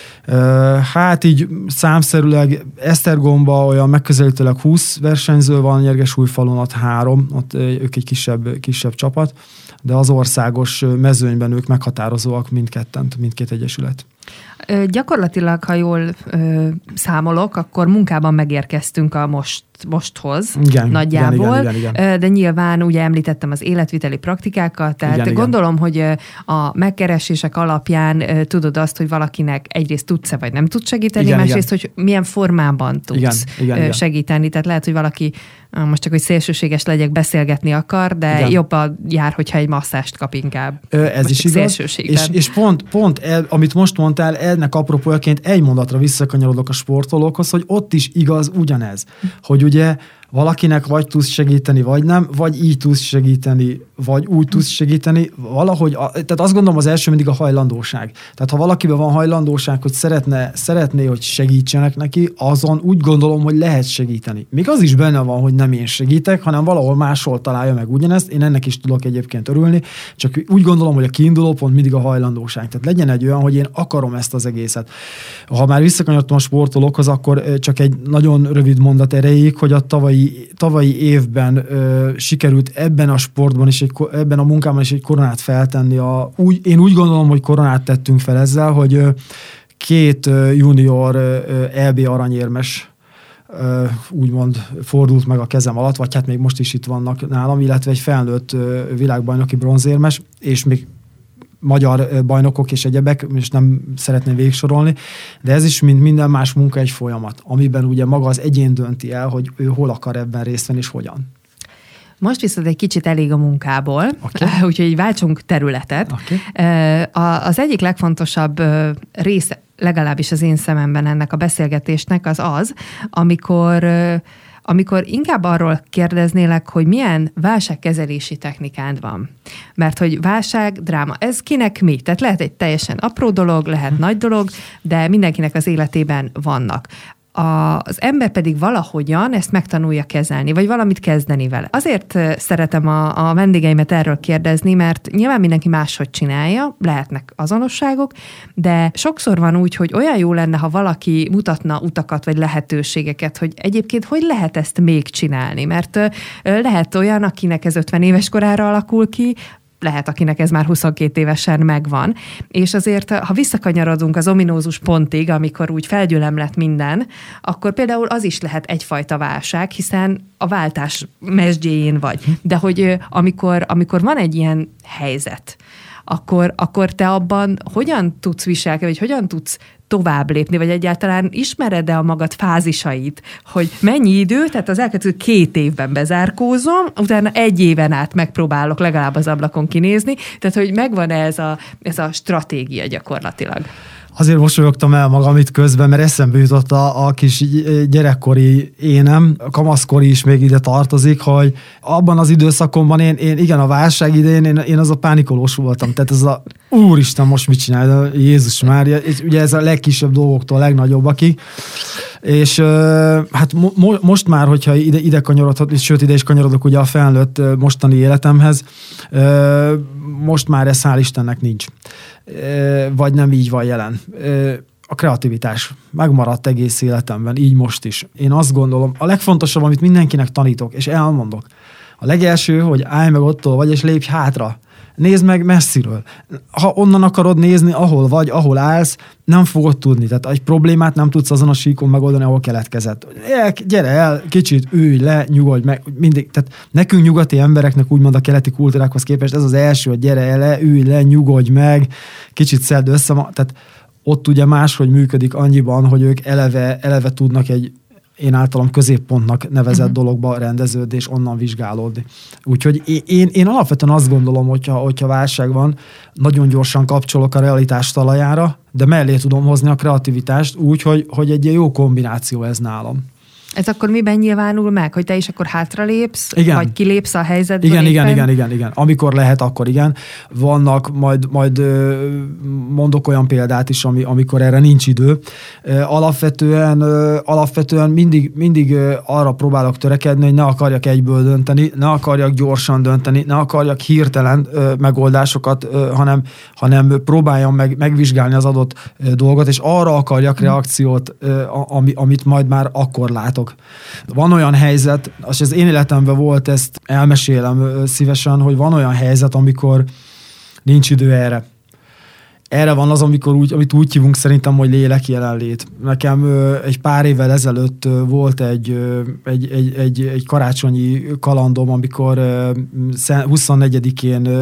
Hát így számszerűleg Esztergomban olyan megközelítőleg húsz versenyző van, Nyergesújfalun ott három, ott ők egy kisebb, kisebb csapat, de az országos mezőnyben ők meghatározóak mindketten, mindkét egyesület. Ö, gyakorlatilag, ha jól ö, számolok, akkor munkában megérkeztünk a most, mosthoz igen, nagyjából, igen, igen, igen, igen. de nyilván ugye említettem az életviteli praktikákat, tehát igen, gondolom, igen. hogy a megkeresések alapján ö, tudod azt, hogy valakinek egyrészt tudsz-e vagy nem tudsz segíteni, igen, másrészt, igen. hogy milyen formában tudsz igen, igen, igen. segíteni, tehát lehet, hogy valaki most csak, hogy szélsőséges legyek, beszélgetni akar, de igen. jobban jár, hogyha egy masszást kap inkább. Ö, ez is igaz, és, és pont, pont el, amit most mondtál, ennek apropójaként egy mondatra visszakanyarodok a sportolókhoz, hogy ott is igaz ugyanez, hogy ugye valakinek vagy tudsz segíteni, vagy nem, vagy így tudsz segíteni vagy úgy tudsz segíteni, valahogy, tehát azt gondolom az első mindig a hajlandóság. Tehát ha valakiben van hajlandóság, hogy szeretne, szeretné, hogy segítsenek neki, azon úgy gondolom, hogy lehet segíteni. Még az is benne van, hogy nem én segítek, hanem valahol máshol találja meg ugyanezt, én ennek is tudok egyébként örülni, csak úgy gondolom, hogy a kiinduló pont mindig a hajlandóság. Tehát legyen egy olyan, hogy én akarom ezt az egészet. Ha már visszakanyarodtam a sportolókhoz, akkor csak egy nagyon rövid mondat erejéig, hogy a tavalyi, tavalyi évben ö, sikerült ebben a sportban is, egy, ebben a munkában is egy koronát feltenni. A, úgy, én úgy gondolom, hogy koronát tettünk fel ezzel, hogy ö, két ö, junior ö, é bé aranyérmes ö, úgymond fordult meg a kezem alatt, vagy hát még most is itt vannak nálam, illetve egy felnőtt ö, világbajnoki bronzérmes, és még magyar bajnokok és egyebek, és nem szeretném végsorolni, de ez is, mint minden más munka, egy folyamat, amiben ugye maga az egyén dönti el, hogy ő hol akar ebben részt venni, és hogyan. Most viszont egy kicsit elég a munkából, okay. Úgyhogy váltsunk területet. Okay. Az egyik legfontosabb része, legalábbis az én szememben ennek a beszélgetésnek az az, amikor amikor inkább arról kérdeznélek, hogy milyen válságkezelési technikád van. Mert hogy válság, dráma, ez kinek mi? Tehát lehet egy teljesen apró dolog, lehet nagy dolog, de mindenkinek az életében vannak. A, az ember pedig valahogyan ezt megtanulja kezelni, vagy valamit kezdeni vele. Azért szeretem a, a vendégeimet erről kérdezni, mert nyilván mindenki máshogy csinálja, lehetnek azonosságok, de sokszor van úgy, hogy olyan jó lenne, ha valaki mutatna utakat, vagy lehetőségeket, hogy egyébként hogy lehet ezt még csinálni, mert lehet olyan, akinek ez ötven éves korára alakul ki, lehet, akinek ez már huszonkét évesen megvan. És azért, ha visszakanyarodunk az ominózus pontig, amikor úgy felgyülemlett minden, akkor például az is lehet egyfajta válság, hiszen a váltás mesdjéjén vagy. De hogy amikor, amikor van egy ilyen helyzet, akkor, akkor te abban hogyan tudsz viselkedni, vagy hogyan tudsz tovább lépni, vagy egyáltalán ismered-e a magad fázisait, hogy mennyi idő, tehát az elkövetkező két évben bezárkózom, utána egy éven át megpróbálok legalább az ablakon kinézni, tehát hogy megvan-e ez a, ez a stratégia gyakorlatilag? Azért mosolyogtam el magam itt közben, mert eszembe jutott a, a kis gyerekkori énem, a kamaszkori is még ide tartozik, hogy abban az időszakomban én, én igen, a válság idején én, én az a pánikolós voltam. Tehát ez a úristen, most mit csinál? Jézus Mária, és ugye ez a legkisebb dolgoktól a legnagyobbakig. És hát mo- most már, hogyha ide, ide kanyarodhat, sőt ide is kanyarodok ugye a felnőtt mostani életemhez, most már ez hál' Istennek nincs. Vagy nem így van jelen. A kreativitás megmaradt egész életemben, így most is. Én azt gondolom, a legfontosabb, amit mindenkinek tanítok, és elmondok, a legelső, hogy állj meg ottól vagy, és lépj hátra. Nézd meg messziről. Ha onnan akarod nézni, ahol vagy, ahol állsz, nem fogod tudni. Tehát egy problémát nem tudsz azon a síkon megoldani, ahol keletkezett. Gyere el, kicsit ülj le, nyugodj meg. Mindig. Tehát nekünk nyugati embereknek, úgymond a keleti kultúrákhoz képest ez az első, hogy gyere el, le, ülj le, nyugodj meg, kicsit szedd össze. Tehát ott ugye máshogy működik annyiban, hogy ők eleve, eleve tudnak egy én általam középpontnak nevezett uh-huh. dologba rendeződni, és onnan vizsgálódni. Úgyhogy én, én alapvetően azt gondolom, hogyha, hogyha válság van, nagyon gyorsan kapcsolok a realitás talajára, de mellé tudom hozni a kreativitást úgy, hogy, hogy egy jó kombináció ez nálam. Ez akkor miben nyilvánul meg? Hogy te is akkor hátralépsz, igen. vagy kilépsz a helyzetből? Igen, igen, igen, igen, igen. Amikor lehet, akkor igen. Vannak, majd, majd mondok olyan példát is, ami, amikor erre nincs idő. Alapvetően, alapvetően mindig, mindig arra próbálok törekedni, hogy ne akarjak egyből dönteni, ne akarjak gyorsan dönteni, ne akarjak hirtelen megoldásokat, hanem, hanem próbáljam meg, megvizsgálni az adott dolgot, és arra akarjak reakciót, amit majd már akkor látok. Van olyan helyzet, és az én életemben volt, ezt elmesélem szívesen, hogy van olyan helyzet, amikor nincs idő erre. Erre van az, amikor úgy, amit úgy hívunk szerintem, hogy lélek jelenlét. Nekem egy pár évvel ezelőtt volt egy, egy, egy, egy, egy karácsonyi kalandom, amikor huszonnegyedikén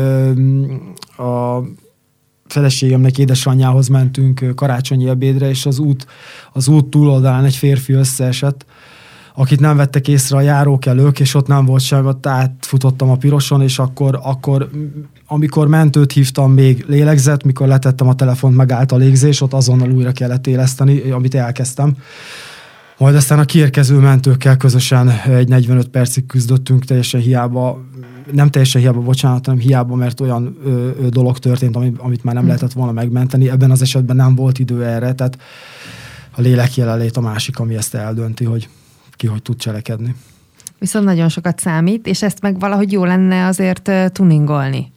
a feleségemnek édesanyjához mentünk karácsonyi ebédre, és az út, az út túloldalán egy férfi összeesett, akit nem vettek észre a járókelők, és ott nem volt sem, ott átfutottam a piroson, és akkor, akkor amikor mentőt hívtam, még lélegzett, mikor letettem a telefont, megállt a légzés, ott azonnal újra kellett éleszteni, amit elkezdtem. Majd aztán a kiérkező mentőkkel közösen egy negyvenöt percig küzdöttünk, teljesen hiába, nem teljesen hiába, bocsánat, hanem hiába, mert olyan ö, ö, dolog történt, amit, amit már nem lehetett volna megmenteni. Ebben az esetben nem volt idő erre, tehát a lélek jelenlét a másik, ami ezt eldönti, hogy ki hogy tud cselekedni. Viszont nagyon sokat számít, és ezt meg valahogy jó lenne azért uh, tuningolni.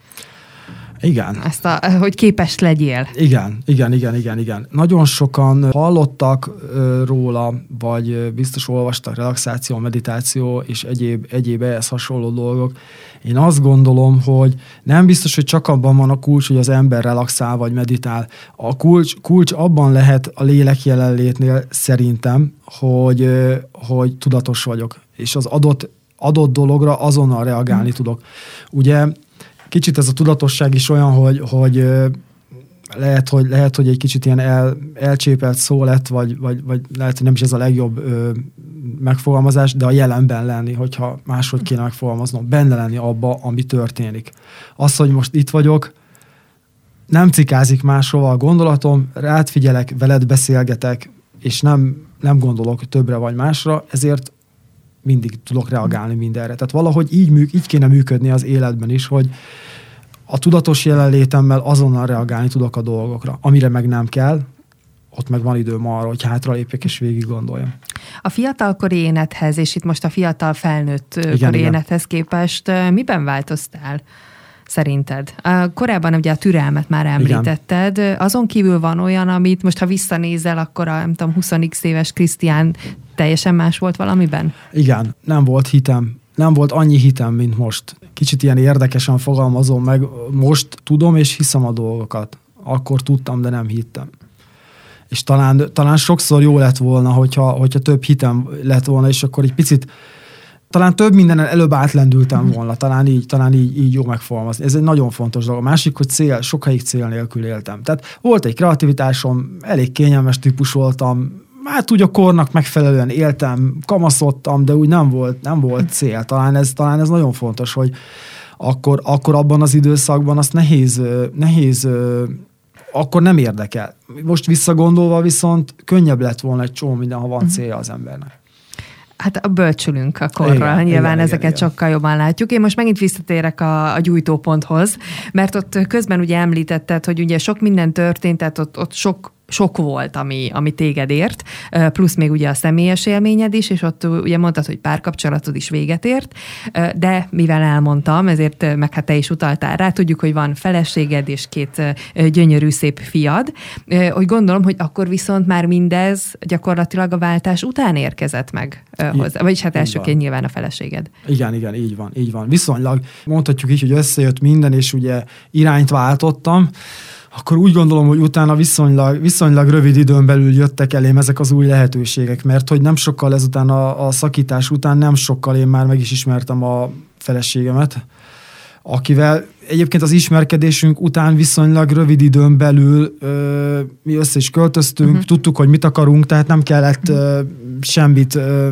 Igen. Ezt a, hogy képes legyél. Igen, igen, igen, igen, igen. Nagyon sokan hallottak uh, róla, vagy uh, biztos olvastak relaxáció, meditáció és egyéb, egyéb ehhez hasonló dolgok. Én azt gondolom, hogy nem biztos, hogy csak abban van a kulcs, hogy az ember relaxál vagy meditál. A kulcs, kulcs abban lehet a lélek jelenlétnél szerintem, hogy, uh, hogy tudatos vagyok, és az adott, adott dologra azonnal reagálni hmm. tudok. Ugye kicsit ez a tudatosság is olyan, hogy, hogy lehet, hogy lehet, hogy egy kicsit ilyen el, elcsépelt szó lett, vagy, vagy, vagy lehet, hogy nem is ez a legjobb ö, megfogalmazás, de a jelenben lenni, hogyha máshogy kéne megfogalmaznom, benne lenni abba, ami történik. Az, hogy most itt vagyok, nem cikázik máshova a gondolatom, rád figyelek, veled beszélgetek, és nem, nem gondolok többre vagy másra, ezért mindig tudok reagálni mindenre. Tehát valahogy így, mű, így kéne működni az életben is, hogy a tudatos jelenlétemmel azonnal reagálni tudok a dolgokra. Amire meg nem kell, ott meg van időm arra, hogy hátralépjek és végig gondoljam. A fiatalkori énedhez, és itt most a fiatal felnőtt igen, kori igen. énedhez képest miben változtál szerinted? Korábban ugye a türelmet már említetted. Igen. Azon kívül van olyan, amit most ha visszanézel, akkor a nem tudom, húsz éves Krisztián teljesen más volt valamiben? Igen, nem volt hitem. Nem volt annyi hitem, mint most. Kicsit ilyen érdekesen fogalmazom meg. Most tudom és hiszem a dolgokat. Akkor tudtam, de nem hittem. És talán, talán sokszor jó lett volna, hogyha, hogyha több hitem lett volna, és akkor egy picit talán több mindenen előbb átlendültem volna, talán így, talán így, így jó megfogalmazni. Ez egy nagyon fontos dolog. A másik, hogy cél, sokáig cél nélkül éltem. Tehát volt egy kreativitásom, elég kényelmes típus voltam, hát úgy a kornak megfelelően éltem, kamaszodtam, de úgy nem volt, nem volt cél. Talán ez, talán ez nagyon fontos, hogy akkor, akkor abban az időszakban azt nehéz, nehéz, akkor nem érdekel. Most visszagondolva viszont könnyebb lett volna egy csomó minden, ha van célja az embernek. Hát bölcsülünk a korra, igen, nyilván igen, ezeket igen, sokkal igen. jobban látjuk. Én most megint visszatérek a, a gyújtóponthoz, mert ott közben ugye említetted, hogy ugye sok minden történt, tehát ott, ott sok sok volt, ami, ami téged ért, plusz még ugye a személyes élményed is, és ott ugye mondtad, hogy párkapcsolatod is véget ért, de mivel elmondtam, ezért meg hát te is utaltál rá, tudjuk, hogy van feleséged és két gyönyörű szép fiad, hogy gondolom, hogy akkor viszont már mindez gyakorlatilag a váltás után érkezett meg hozzá, vagyis hát elsőként nyilván a feleséged. Igen, igen, így van, így van. Viszonylag mondhatjuk így, hogy összejött minden, és ugye irányt váltottam, akkor úgy gondolom, hogy utána viszonylag, viszonylag rövid időn belül jöttek elém ezek az új lehetőségek, mert hogy nem sokkal ezután a, a szakítás után, nem sokkal én már meg is ismertem a feleségemet, akivel egyébként az ismerkedésünk után viszonylag rövid időn belül ö, mi össze is költöztünk, uh-huh. tudtuk, hogy mit akarunk, tehát nem kellett ö, semmit ö,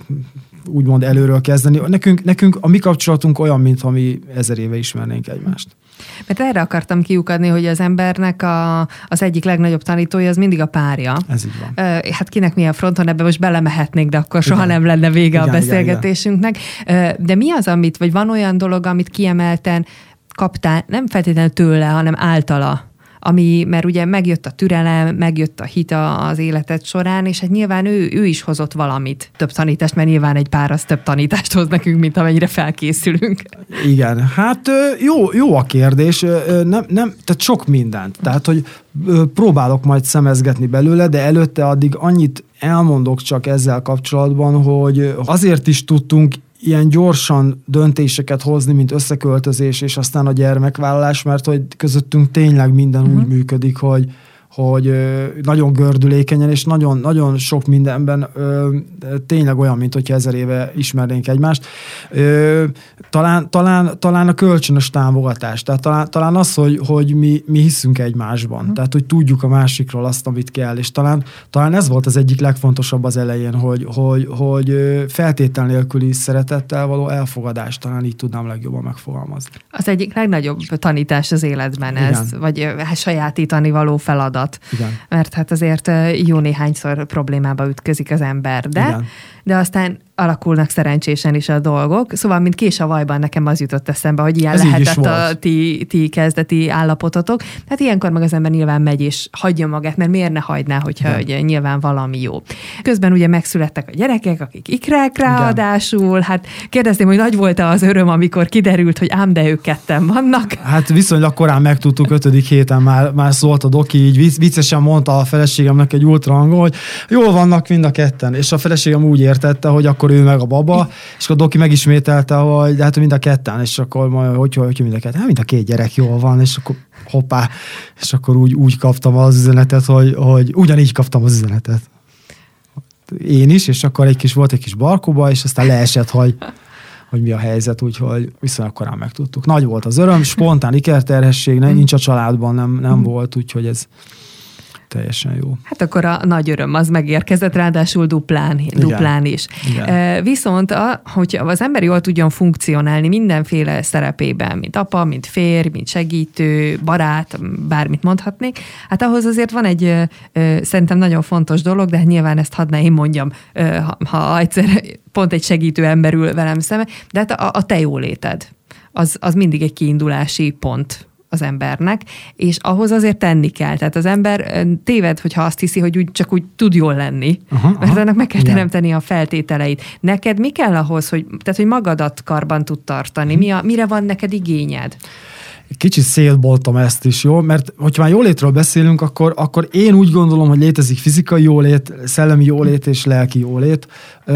úgymond előről kezdeni. Nekünk, nekünk a mi kapcsolatunk olyan, mintha mi ezer éve ismernénk egymást. Mert erre akartam kiukadni, hogy az embernek a, az egyik legnagyobb tanítója az mindig a párja. Ez így van. Hát kinek milyen fronton, ebbe most belemehetnék, de akkor soha igen. nem lenne vége igen, a beszélgetésünknek. Igen, igen. De mi az, amit, vagy van olyan dolog, amit kiemelten kaptál, nem feltétlenül tőle, hanem általa, ami, mert ugye megjött a türelem, megjött a hit az életed során, és hát nyilván ő, ő is hozott valamit, több tanítást, mert nyilván egy pár az több tanítást hoz nekünk, mint amennyire felkészülünk. Igen, hát jó, jó a kérdés, nem, nem, tehát sok mindent, tehát hogy próbálok majd szemezgetni belőle, de előtte addig annyit elmondok csak ezzel kapcsolatban, hogy azért is tudtunk ilyen gyorsan döntéseket hozni, mint összeköltözés, és aztán a gyermekvállalás, mert hogy közöttünk tényleg minden uh-huh. úgy működik, hogy, hogy nagyon gördülékenyen, és nagyon, nagyon sok mindenben ö, tényleg olyan, mint hogyha ezer éve ismernénk egymást. Ö, talán, talán, talán a kölcsönös támogatás, tehát talán, talán az, hogy, hogy mi, mi hiszünk egymásban, uh-huh. tehát hogy tudjuk a másikról azt, amit kell, és talán, talán ez volt az egyik legfontosabb az elején, hogy, hogy, hogy feltétel nélküli szeretettel való elfogadás, talán így tudnám legjobban megfogalmazni. Az egyik legnagyobb tanítás az életben igen. ez, vagy sajátítani való feladat. feladat. Igen. Mert hát azért jó néhányszor problémába ütközik az ember, de, Igen. de aztán alakulnak szerencsésen is a dolgok. Szóval, mint kés a vajban, nekem az jutott eszembe, hogy ilyen ez lehetett a ti, ti kezdeti állapototok. Hát ilyenkor meg az ember nyilván megy és hagyja magát, mert miért ne hagyná, hogyha ugye, nyilván valami jó. Közben ugye megszülettek a gyerekek, akik ikrák ráadásul. Hát kérdezném, hogy nagy volt-e az öröm, amikor kiderült, hogy ám de ők ketten vannak? Hát viszonylag korán megtudtuk, ötödik héten már, már szólt a doki, így viccesen mondta a feleségemnek egy ultrahangon, hogy jól vannak mind a ketten. És a feleségem úgy értette, hogy akkor ő meg a baba, és akkor a doki megismételte, hogy de hát mind a ketten, és akkor majd, hogy, hogy, hogy mind a ketten, hát mind a két gyerek jól van, és akkor hoppá, és akkor úgy, úgy kaptam az üzenetet, hogy, hogy ugyanígy kaptam az üzenetet. Én is, és akkor egy kis volt egy kis barkóba, és aztán leesett, hogy, hogy mi a helyzet, úgyhogy viszonylag korán megtudtuk. Nagy volt az öröm, spontán ikerterhesség, nem, nincs a családban, nem, nem volt, úgyhogy ez teljesen jó. Hát akkor a nagy öröm az megérkezett, ráadásul duplán, duplán is. Igen. Viszont, a, hogyha az ember jól tudjon funkcionálni mindenféle szerepében, mint apa, mint férj, mint segítő, barát, bármit mondhatnék, hát ahhoz azért van egy szerintem nagyon fontos dolog, de hát nyilván ezt hadd ne én mondjam, ha, ha egyszer pont egy segítő ember ül velem szembe, de hát a, a te jóléted, az, az mindig egy kiindulási pont az embernek, és ahhoz azért tenni kell. Tehát az ember téved, hogyha azt hiszi, hogy úgy, csak úgy tud jól lenni, aha, mert aha, annak meg kell teremteni a feltételeit. Neked mi kell ahhoz, hogy, tehát, hogy magadat karban tud tartani? Mi a, mire van neked igényed? Kicsit szétboltam ezt is, jó? Mert hogyha már jólétről beszélünk, akkor, akkor én úgy gondolom, hogy létezik fizikai jólét, szellemi jólét és lelki jólét.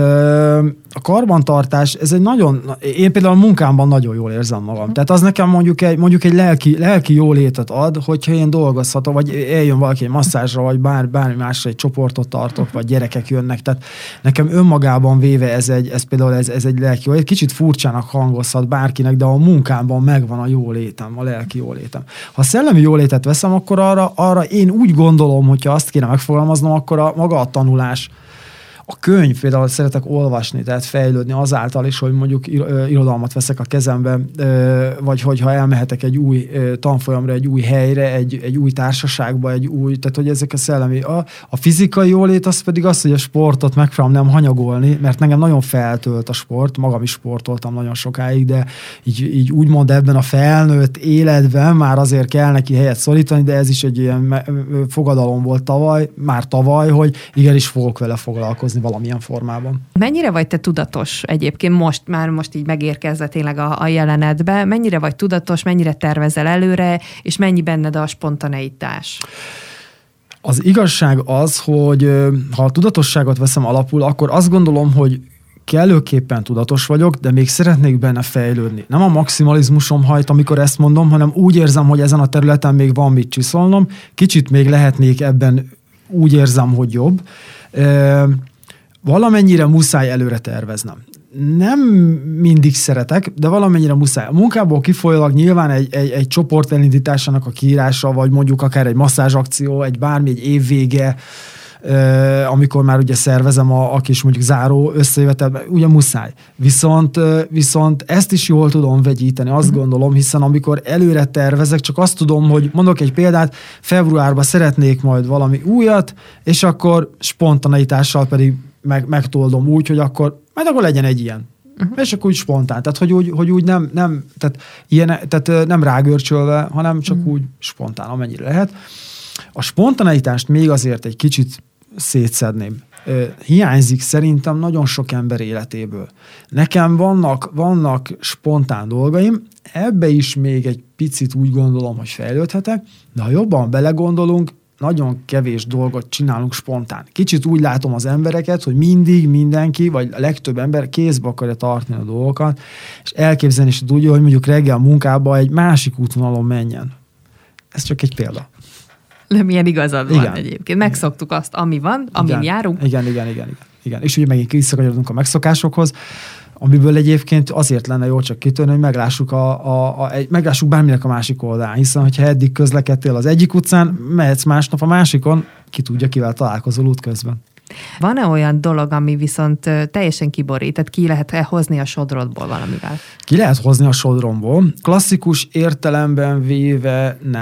A karbantartás, ez egy nagyon, én például a munkámban nagyon jól érzem magam. Tehát az nekem mondjuk egy, mondjuk egy lelki, lelki jólétet ad, hogyha én dolgozhatom, vagy eljön valaki egy masszázsra, vagy bár, bármi másra egy csoportot tartok, vagy gyerekek jönnek. Tehát nekem önmagában véve ez, egy, ez például ez, ez egy lelki jólét. Kicsit furcsának hangozhat bárkinek, de a munkámban megvan a jólétem, a lelki jólétem. Ha a szellemi jólétet veszem, akkor arra, arra én úgy gondolom, hogyha azt kéne megfogalmaznom, akkor a, maga a tanulás, a könyv, például szeretek olvasni, tehát fejlődni azáltal is, hogy mondjuk irodalmat veszek a kezembe, vagy hogyha elmehetek egy új tanfolyamra, egy új helyre, egy, egy új társaságba, egy új, tehát hogy ezek a szellemi. A, a fizikai jólét az pedig az, hogy a sportot megpróbálom nem hanyagolni, mert engem nagyon feltölt a sport, magam is sportoltam nagyon sokáig, de így, így úgymond ebben a felnőtt életben már azért kell neki helyet szorítani, de ez is egy ilyen fogadalom volt tavaly, már tavaly, hogy igenis fogok vele foglalkozni valamilyen formában. Mennyire vagy te tudatos egyébként most, már most így megérkezve tényleg a, a jelenetbe, mennyire vagy tudatos, mennyire tervezel előre, és mennyi benned a spontaneitás? Az igazság az, hogy ha a tudatosságot veszem alapul, akkor azt gondolom, hogy kellőképpen tudatos vagyok, de még szeretnék benne fejlődni. Nem a maximalizmusom hajt, amikor ezt mondom, hanem úgy érzem, hogy ezen a területen még van mit csiszolnom, kicsit még lehetnék ebben, úgy érzem, hogy jobb. Valamennyire muszáj előre terveznem. Nem mindig szeretek, de valamennyire muszáj. A munkából kifolyólag nyilván egy, egy, egy csoport elindításának a kiírása, vagy mondjuk akár egy masszázsakció, egy bármi, egy évvége, amikor már ugye szervezem a, a kis mondjuk záró összejövetelben, ugye muszáj. Viszont, viszont ezt is jól tudom vegyíteni, azt uh-huh. gondolom, hiszen amikor előre tervezek, csak azt tudom, hogy mondok egy példát, februárban szeretnék majd valami újat, és akkor spontaneitással pedig meg, megtoldom úgy, hogy akkor majd akkor legyen egy ilyen. Uh-huh. És akkor úgy spontán. Tehát, hogy úgy, hogy úgy nem, nem, tehát ilyen, tehát nem rágörcsölve, hanem csak uh-huh. úgy spontán, amennyire lehet. A spontaneitást még azért egy kicsit szétszedném. Hiányzik szerintem nagyon sok ember életéből. Nekem vannak, vannak spontán dolgaim, ebbe is még egy picit úgy gondolom, hogy fejlődhetek, de ha jobban belegondolunk, nagyon kevés dolgot csinálunk spontán. Kicsit úgy látom az embereket, hogy mindig mindenki, vagy a legtöbb ember kézbe akarja tartani a dolgokat, és elképzelni is tudja, hogy mondjuk reggel munkába egy másik útvonalon menjen. Ez csak egy példa. Nem ilyen igazad van igen. Egyébként. Megszoktuk azt, ami van, amin igen. járunk. Igen, igen, igen, igen, igen. És ugye megint visszakanyarodunk a megszokásokhoz, amiből egyébként azért lenne jó csak kitörni, hogy meglássuk, a, a, a, meglássuk bárminek a másik oldalán, hiszen hogyha eddig közlekedtél az egyik utcán, mehetsz másnap a másikon, ki tudja, kivel találkozol útközben. Van-e olyan dolog, ami viszont teljesen kiborít, tehát ki lehet-e hozni a sodrodból valamivel? Ki lehet hozni a sodromból. Klasszikus értelemben véve nem.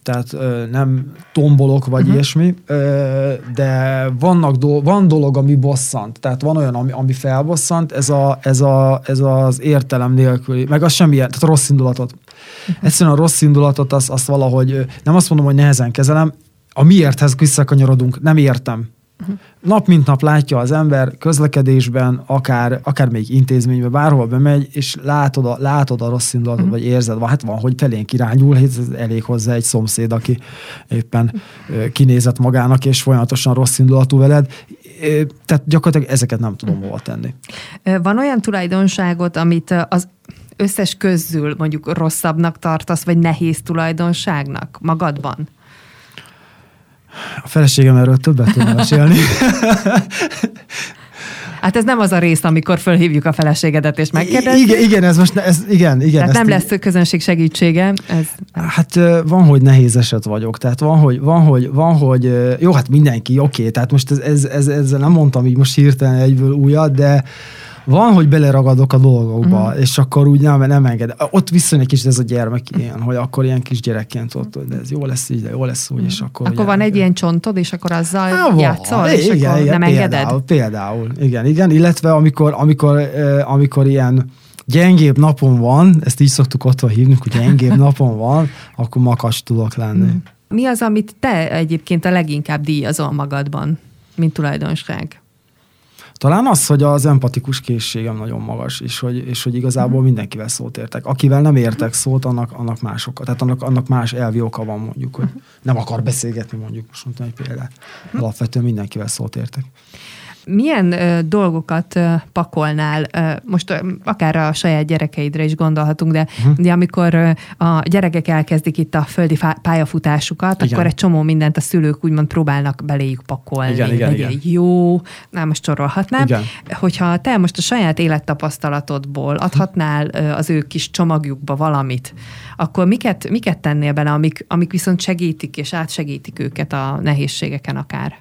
tehát ö, nem tombolok, vagy uh-huh. ilyesmi, ö, de vannak do- van dolog, ami bosszant, tehát van olyan, ami, ami felbosszant, ez, a, ez, a, ez az értelem nélküli, meg az semmilyen, tehát a rossz indulatot. Uh-huh. Egyszerűen a rossz indulatot, azt, azt valahogy, nem azt mondom, hogy nehezen kezelem, a miérthez visszakanyarodunk, nem értem. Uh-huh. Nap mint nap látja az ember közlekedésben, akár, akár még intézményben, bárhol bemegy, és látod a, látod a rossz indulatot, uh-huh. vagy érzed, hát van, hogy felénk irányul, ez elég hozzá egy szomszéd, aki éppen uh-huh. kinézett magának, és folyamatosan rossz indulatú veled. Tehát gyakorlatilag ezeket nem tudom hova tenni. Van olyan tulajdonságot, amit az összes közül mondjuk rosszabbnak tartasz, vagy nehéz tulajdonságnak magadban? A feleségem erről többet tud mesélni. Hát ez nem az a rész, amikor fölhívjuk a feleségedet és megkérdezzük. Igen, igen, ez most, ez, igen, igen. Tehát nem lesz így... közönség segítsége. Ez... Hát van, hogy nehéz eset vagyok. Tehát van, hogy, van, hogy, van, hogy jó, hát mindenki, oké, okay, tehát most ez, ez, ez, ezzel nem mondtam így most hirtelen egyből újat, de van, hogy beleragadok a dolgokba, mm. és akkor úgy nem, nem enged. Ott visszajön egy kicsit ez a gyermek ilyen, hogy akkor ilyen kis gyerekként ott, de ez jó lesz így, de jó lesz úgy, mm. és akkor... Akkor van egy ilyen csontod, és akkor azzal Há, játszol, és igen, akkor igen, nem például, engeded? Például, igen, igen, illetve amikor, amikor, amikor ilyen gyengébb napon van, ezt így szoktuk otthon hívni, hogy gyengébb napon van, akkor makacs tudok lenni. Mm. Mi az, amit te egyébként a leginkább díjazol magadban, mint tulajdonság? Talán az, hogy az empatikus készségem nagyon magas, és hogy, és hogy igazából mindenkivel szót értek. Akivel nem értek szót, annak, annak más oka. Tehát annak, annak más elvi oka van, mondjuk, hogy nem akar beszélgetni, mondjuk, most mondtam egy példát. Alapvetően mindenkivel szót értek. Milyen ö, dolgokat ö, pakolnál, ö, most ö, akár a saját gyerekeidre is gondolhatunk, de uh-huh. ugye amikor ö, a gyerekek elkezdik itt a földi fá- pályafutásukat, igen. akkor egy csomó mindent a szülők úgymond próbálnak beléjük pakolni. Igen, igen, igen. Jó, nem most sorolhatnám. Igen. Hogyha te most a saját élettapasztalatodból adhatnál ö, az ő kis csomagjukba valamit, akkor miket, miket tennél bele, amik, amik viszont segítik és átsegítik őket a nehézségeken akár?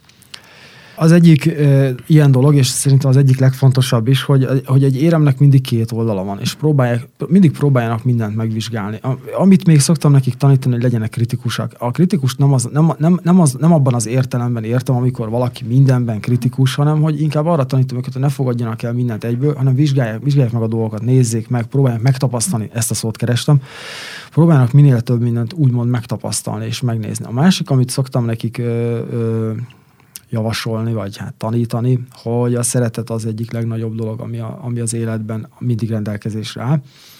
Az egyik e, ilyen dolog, és szerintem az egyik legfontosabb is, hogy, hogy egy éremnek mindig két oldala van, és próbálják, mindig próbáljanak mindent megvizsgálni. Amit még szoktam nekik tanítani, hogy legyenek kritikusak. A kritikus nem, az, nem, nem, nem, az, nem abban az értelemben értem, amikor valaki mindenben kritikus, hanem hogy inkább arra tanítom őket, hogy ne fogadjanak el mindent egyből, hanem vizsgálják, vizsgálják meg a dolgokat, nézzék meg, próbálják megtapasztalni, ezt a szót kerestem, próbálnak minél több mindent úgymond megtapasztalni és megnézni. A másik, amit szoktam nekik ö, ö, javasolni, vagy hát tanítani, hogy a szeretet az egyik legnagyobb dolog, ami, a, ami az életben mindig rendelkezésre áll.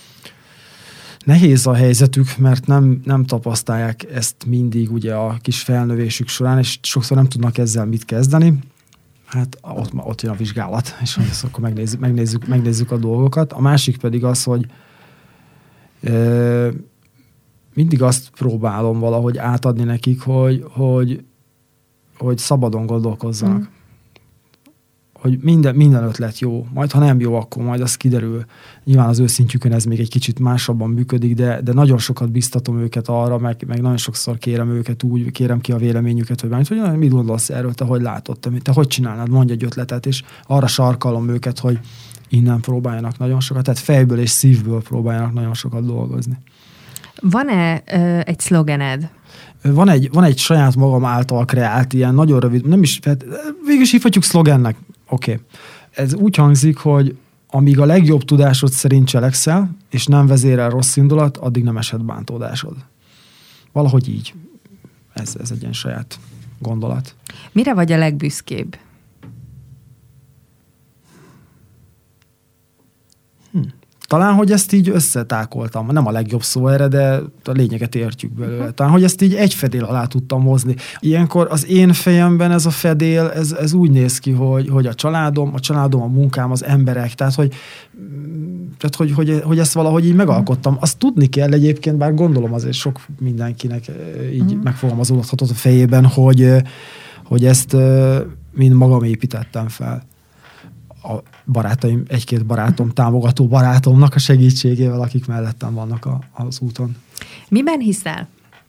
Nehéz a helyzetük, mert nem, nem tapasztalják ezt mindig ugye a kis felnövésük során, és sokszor nem tudnak ezzel mit kezdeni. Hát ott, ott jön a vizsgálat, és akkor megnézzük, megnézzük, megnézzük a dolgokat. A másik pedig az, hogy e, mindig azt próbálom valahogy átadni nekik, hogy, hogy hogy szabadon gondolkozzanak. Mm. Hogy minden, minden ötlet jó. Majd, ha nem jó, akkor majd az kiderül. Nyilván az őszintjükön ez még egy kicsit másabban működik, de, de nagyon sokat biztatom őket arra, meg, meg nagyon sokszor kérem őket úgy, kérem ki a véleményüket, hogy, bármit, hogy mit gondolsz erről, te hogy látod, te, te hogy csinálnád, mondj egy ötletet, és arra sarkalom őket, hogy innen próbáljanak nagyon sokat, tehát fejből és szívből próbáljanak nagyon sokat dolgozni. Van-e ö, egy szlogened? Van egy, van egy saját magam által kreált ilyen nagyon rövid, nem is, hát végül is hívhatjuk szlogennek. Oké. Okay. Ez úgy hangzik, hogy amíg a legjobb tudásod szerint cselekszel, és nem vezérel rossz indulat, addig nem esett bántódásod. Valahogy így. Ez, ez egy ilyen saját gondolat. Mire vagy a legbüszkébb? Hm. Talán, hogy ezt így összetákoltam. Nem a legjobb szó erre, de a lényeget értjük belőle. Talán, hogy ezt így egy fedél alá tudtam hozni. Ilyenkor az én fejemben ez a fedél, ez, ez úgy néz ki, hogy, hogy a családom, a családom, a munkám, az emberek, tehát, hogy, tehát hogy, hogy, hogy ezt valahogy így megalkottam. Azt tudni kell egyébként, bár gondolom azért sok mindenkinek így mm. megfogalmazódhatott a fejében, hogy, hogy ezt mind magam építettem fel. A barátaim, egy-két barátom, támogató barátomnak a segítségével, akik mellettem vannak a, az úton. Miben hiszel?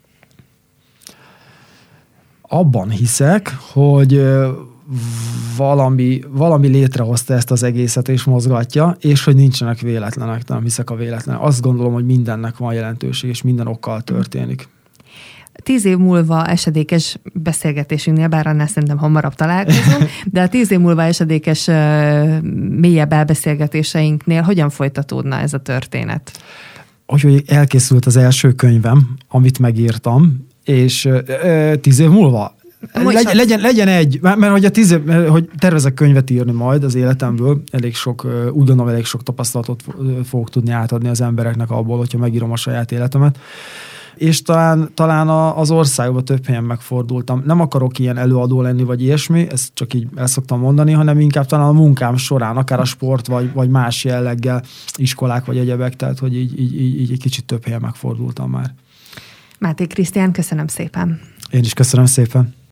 Abban hiszek, hogy valami, valami létrehozta ezt az egészet és mozgatja, és hogy nincsenek véletlenek, nem hiszek a véletlen. Azt gondolom, hogy mindennek van jelentőség, és minden okkal történik. Tíz év múlva esedékes beszélgetésünknél, bár annál szerintem hamarabb találkozunk, de a tíz év múlva esedékes mélyebb elbeszélgetéseinknél hogyan folytatódna ez a történet? Hogy elkészült az első könyvem, amit megírtam, és ö, tíz év múlva Legy, legyen, legyen egy, mert, mert hogy, a tíz, mert, hogy tervezek könyvet írni majd az életemből, elég sok, úgy gondolom, elég sok tapasztalatot fogok tudni átadni az embereknek abból, hogyha megírom a saját életemet. És talán, talán az országban több helyen megfordultam. Nem akarok ilyen előadó lenni, vagy ilyesmi, ezt csak így el szoktam mondani, hanem inkább talán a munkám során, akár a sport, vagy, vagy más jelleggel, iskolák, vagy egyebek, tehát hogy így, így, így, így egy kicsit több helyen megfordultam már. Máté Krisztián, köszönöm szépen. Én is köszönöm szépen.